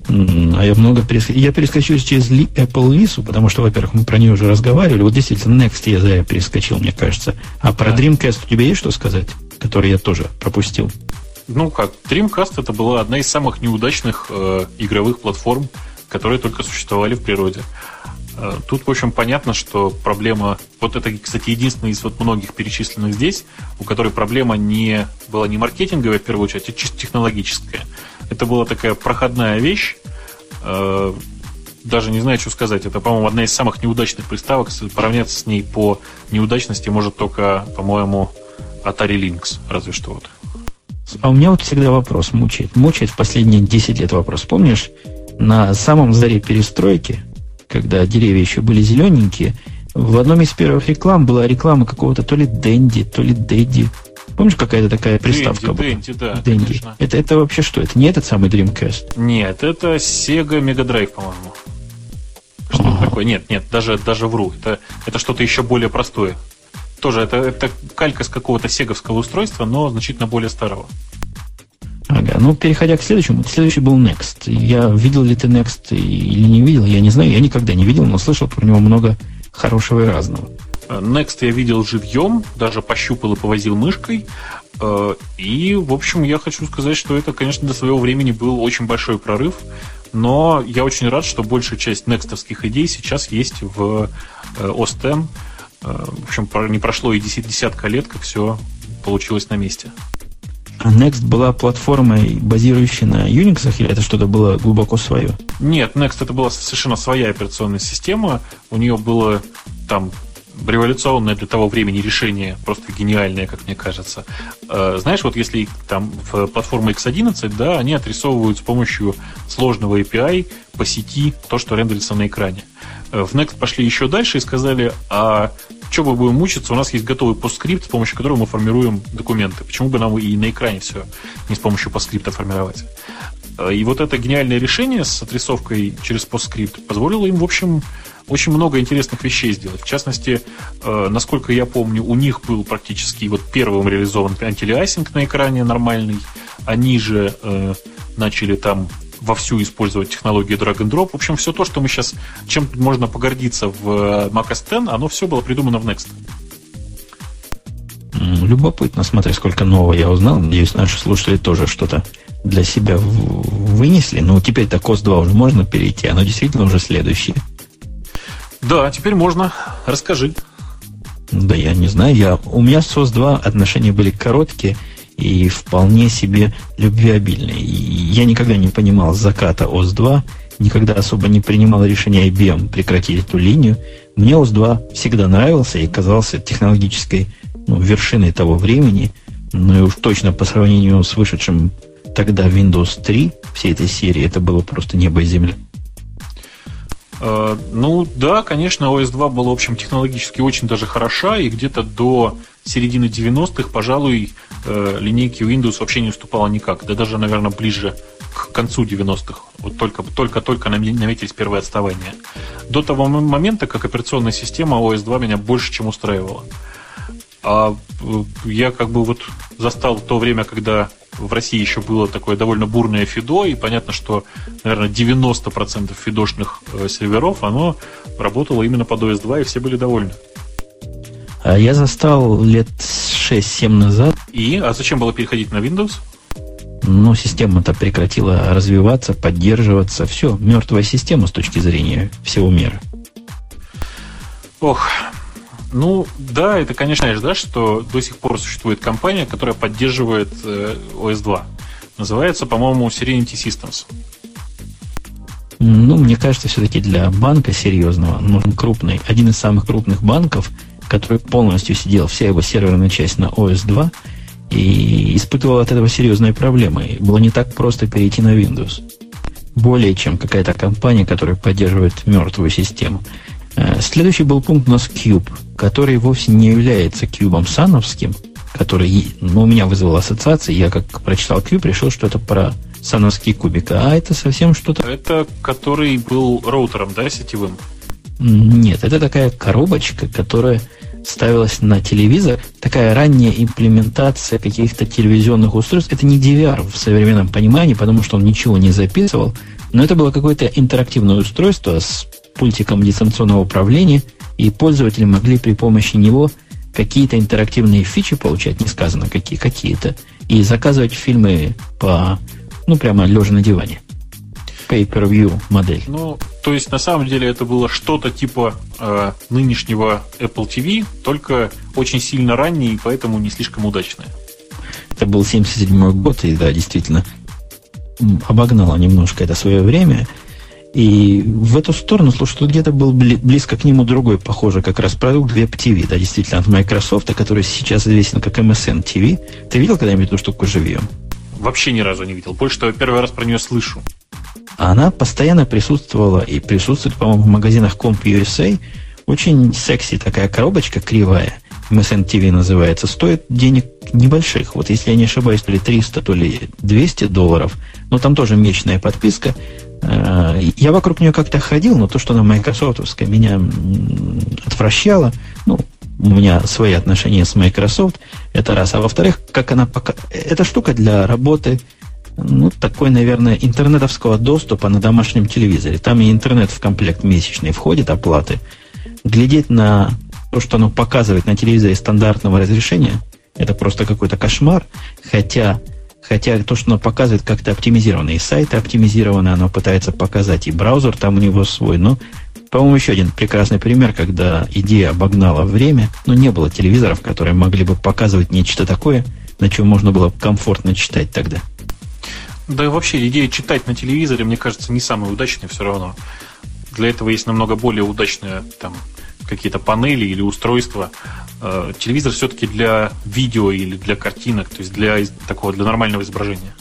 А я много перескочу. Я перескочу через Apple Lisa, потому что, во-первых, мы про нее уже разговаривали. Вот действительно, Next я зря перескочил, мне кажется. А про да. Dreamcast у тебя есть что сказать? Который я тоже пропустил. Ну как, Dreamcast это была одна из самых неудачных э, игровых платформ, которые только существовали в природе. Э, тут, в общем, понятно, что проблема... Вот это, кстати, единственная из вот многих перечисленных здесь, у которой проблема не была не маркетинговая, в первую очередь, а чисто технологическая. Это была такая проходная вещь. Э, даже не знаю, что сказать. Это, по-моему, одна из самых неудачных приставок. Поравняться с ней по неудачности может только, по-моему, Atari Lynx, разве что вот. А у меня вот всегда вопрос мучает. Мучает в последние десять лет вопрос. Помнишь, на самом заре перестройки, когда деревья еще были зелененькие, в одном из первых реклам была реклама какого-то то ли Dendy, то ли Daddy. Помнишь, какая-то такая приставка Dendy, была? Dendy, да, Dendy. конечно. Это, это вообще что? Это не этот самый Dreamcast? Нет, это Sega Mega Drive, по-моему. Что ага. такое? Нет, нет, даже, даже вру. Это, это что-то еще более простое. Тоже это, это калька с какого-то сеговского устройства, но значительно более старого. Ага, ну переходя к следующему. Следующий был Next. Я видел ли ты Next или не видел, я не знаю. Я никогда не видел, но слышал про него много хорошего и разного. Next я видел живьем, даже пощупал и повозил мышкой. И, в общем, я хочу сказать, что это, конечно, до своего времени был очень большой прорыв. Но я очень рад, что большая часть некстовских идей сейчас есть в о эс X. В общем, не прошло и десятка лет, как все получилось на месте. А Next была платформой, базирующей на Unix, или это что-то было глубоко свое? Нет, Next это была совершенно своя операционная система. У нее было там революционное для того времени решение, просто гениальное, как мне кажется. Знаешь, вот если там в платформе икс одиннадцать, да, они отрисовывают с помощью сложного эй пи ай по сети то, что рендерится на экране. В Next пошли еще дальше и сказали, а что мы будем мучиться, у нас есть готовый постскрипт, с помощью которого мы формируем документы. Почему бы нам и на экране все не с помощью постскрипта формировать? И вот это гениальное решение с отрисовкой через постскрипт позволило им, в общем, очень много интересных вещей сделать. В частности, насколько я помню, у них был практически вот первым реализован антилиасинг на экране нормальный. Они же э, начали там вовсю использовать технологии drag and drop. В общем, все то, что мы сейчас, чем можно погордиться в macOS X, оно все было придумано в Next. Любопытно, смотри, сколько нового я узнал. Надеюсь, наши слушатели тоже что-то для себя вынесли. Ну, теперь-то к о эс два уже можно перейти, оно действительно уже следующее. Да, теперь можно. Расскажи. Да я не знаю. Я... У меня с о эс два отношения были короткие и вполне себе любвеобильные. И я никогда не понимал заката о эс два, никогда особо не принимал решение ай би эм прекратить эту линию. Мне о эс два всегда нравился и казался технологической ну, вершиной того времени. Ну и уж точно по сравнению с вышедшим тогда Windows три всей этой серии, это было просто небо и земля. Uh, ну да, конечно, о эс два была, в общем, технологически очень даже хороша, и где-то до середины девяностых, пожалуй, uh, линейки Windows вообще не уступала никак. Да даже, наверное, ближе к концу девяностых. Вот только, только-только наметились первые отставания. До того момента, как операционная система о эс два меня больше, чем устраивала. А я как бы вот застал то время, когда в России еще было такое довольно бурное фидо, и понятно, что, наверное, девяносто процентов фидошных э, серверов, оно работало именно под о эс два, и все были довольны. А я застал лет шесть-семь назад. И? А зачем было переходить на Windows? Ну, система-то прекратила развиваться, поддерживаться. Все, мертвая система с точки зрения всего мира. Ох... Ну, да, это, конечно, знаешь, да, что до сих пор существует компания, которая поддерживает э, о эс два. Называется, по-моему, Serenity Systems. Ну, мне кажется, все-таки для банка серьезного нужен крупный, один из самых крупных банков, который полностью сидел, вся его серверная часть на о эс два, и испытывал от этого серьезные проблемы. Было не так просто перейти на Windows. Более чем какая-то компания, которая поддерживает мертвую систему. Следующий был пункт у нас Cube, который вовсе не является кьюбом сановским, который ну, у меня вызвал ассоциации. Я как прочитал Cube, решил, что это про сановский кубик. А это совсем что-то... Это который был роутером, да, сетевым? Нет, это такая коробочка, которая ставилась на телевизор. Такая ранняя имплементация каких-то телевизионных устройств. Это не ди ви ар в современном понимании, потому что он ничего не записывал. Но это было какое-то интерактивное устройство с пультиком дистанционного управления, и пользователи могли при помощи него какие-то интерактивные фичи получать, не сказано какие, какие-то, и заказывать фильмы по, ну, прямо лежа на диване. Pay-per-view модель. Ну, то есть, на самом деле, это было что-то типа э, нынешнего Apple ти ви, только очень сильно раннее и поэтому не слишком удачное. Это был семьдесят седьмой год, и да, действительно, обогнало немножко это свое время. И в эту сторону, слушай, тут где-то был близко к нему другой, похоже, как раз продукт Web ти ви, да, действительно, от Microsoft, который сейчас известен как эм эс эн ти ви. Ты видел когда-нибудь эту штуку живьем? Вообще ни разу не видел. Больше того, первый раз про нее слышу. Она постоянно присутствовала и присутствует, по-моему, в магазинах Comp.ю эс эй. Очень секси такая коробочка кривая, эм эс эн ти ви называется, стоит денег небольших. Вот если я не ошибаюсь, то ли триста, то ли двести долларов. Но там тоже месячная подписка. Я вокруг нее как-то ходил, но то, что она майкрософтовская, меня отвращало. Ну, у меня свои отношения с Microsoft, это раз. А во-вторых, как она пока... Эта штука для работы, ну, такой, наверное, интернетовского доступа на домашнем телевизоре. Там и интернет в комплект месячный входит, оплаты. Глядеть на то, что оно показывает на телевизоре стандартного разрешения, это просто какой-то кошмар. Хотя... Хотя то, что оно показывает, как-то оптимизировано. И сайты оптимизированы, оно пытается показать. И браузер там у него свой. Но, по-моему, еще один прекрасный пример, когда идея обогнала время. Но не было телевизоров, которые могли бы показывать нечто такое, на чем можно было комфортно читать тогда. Да и вообще идея читать на телевизоре, мне кажется, не самая удачная все равно. Для этого есть намного более удачные там какие-то панели или устройства. Телевизор все-таки для видео или для картинок, то есть для такого, для нормального изображения.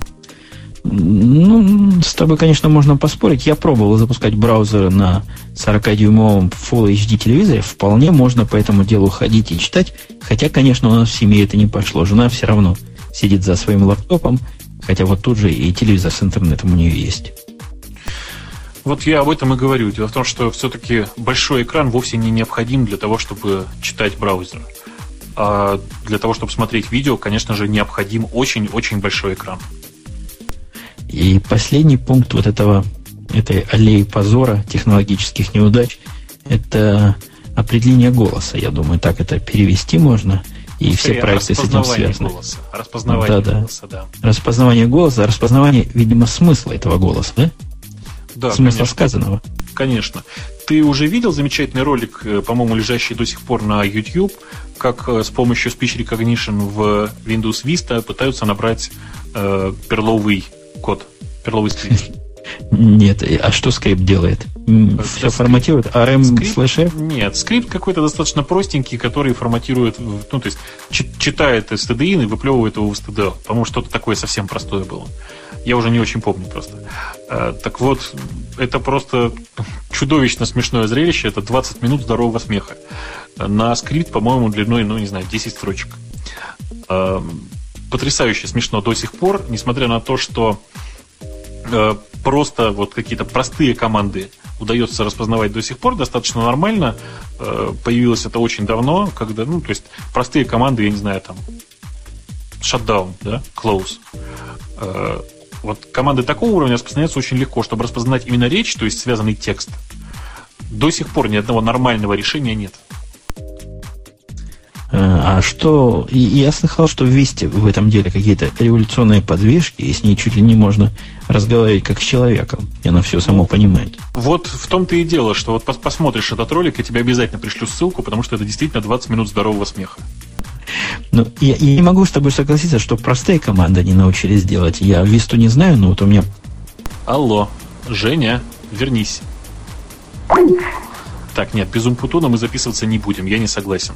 Ну, с тобой, конечно, можно поспорить. Я пробовал запускать браузер на сорокадюймовом Full эйч ди телевизоре. Вполне можно по этому делу ходить и читать. Хотя, конечно, у нас в семье это не пошло. Жена все равно сидит за своим лаптопом. Хотя вот тут же и телевизор с интернетом у нее есть. Вот я об этом и говорю. Дело в том, что все-таки большой экран вовсе не необходим для того, чтобы читать браузер. А для того, чтобы смотреть видео, конечно же, необходим очень-очень большой экран. И последний пункт вот этого, этой аллеи позора, технологических неудач, это определение голоса. Я думаю, так это перевести можно. И все проекты с этим связаны. Голоса. Распознавание да, голоса, да. Распознавание голоса, распознавание, видимо, смысла этого голоса, да? Да, смысла конечно. сказанного. Конечно. Ты уже видел замечательный ролик, по-моему, лежащий до сих пор на YouTube, как с помощью Speech Recognition в Windows Vista пытаются набрать э, перловый код, перловый скрипт? Нет, а что скрипт делает? Все форматирует? ар эм слэш эф? Нет, скрипт какой-то достаточно простенький, который форматирует, ну, то есть читает эс ти ди ин и выплевывает его в эс ти ди эл. По-моему, что-то такое совсем простое было. Я уже не очень помню просто. А, так вот, это просто чудовищно смешное зрелище. Это двадцать минут здорового смеха. На скрипт, по-моему, длиной, ну, не знаю, десять строчек. А, потрясающе смешно до сих пор, несмотря на то, что а, просто вот какие-то простые команды удается распознавать до сих пор достаточно нормально. А, появилось это очень давно, когда, ну, то есть простые команды, я не знаю, там, shutdown, да, close. А, вот команды такого уровня распознаются очень легко, чтобы распознать именно речь, то есть связанный текст. До сих пор ни одного нормального решения нет. А что... Я слыхал, что в Висте в этом деле какие-то революционные подвижки, и с ней чуть ли не можно разговаривать как с человеком, и она все само понимает. Вот в том-то и дело, что вот посмотришь этот ролик, я тебе обязательно пришлю ссылку, потому что это действительно двадцать минут здорового смеха. Ну, я, я не могу с тобой согласиться, что простые команды не научились делать. Я Висту не знаю, но вот у меня... Алло, Женя, вернись. Так, нет, без Умпутуна мы записываться не будем, я не согласен.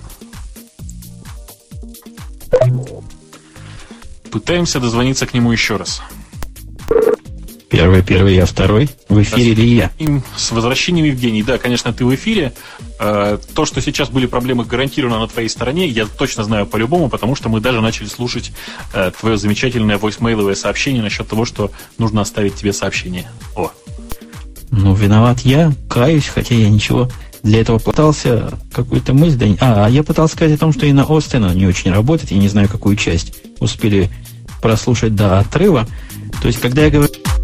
Пытаемся дозвониться к нему еще раз. Первый, первый, я второй. В эфире ли я? С возвращением, Евгений. Да, конечно, ты в эфире. То, что сейчас были проблемы, гарантированно на твоей стороне, я точно знаю по-любому, потому что мы даже начали слушать твое замечательное войсмейловое сообщение насчет того, что нужно оставить тебе сообщение. О. Ну, виноват я, каюсь, хотя я ничего для этого пытался какую-то мысль... Да... А, я пытался сказать о том, что и на Остена не очень работает, я не знаю, какую часть успели прослушать до отрыва. То есть, когда я говорю...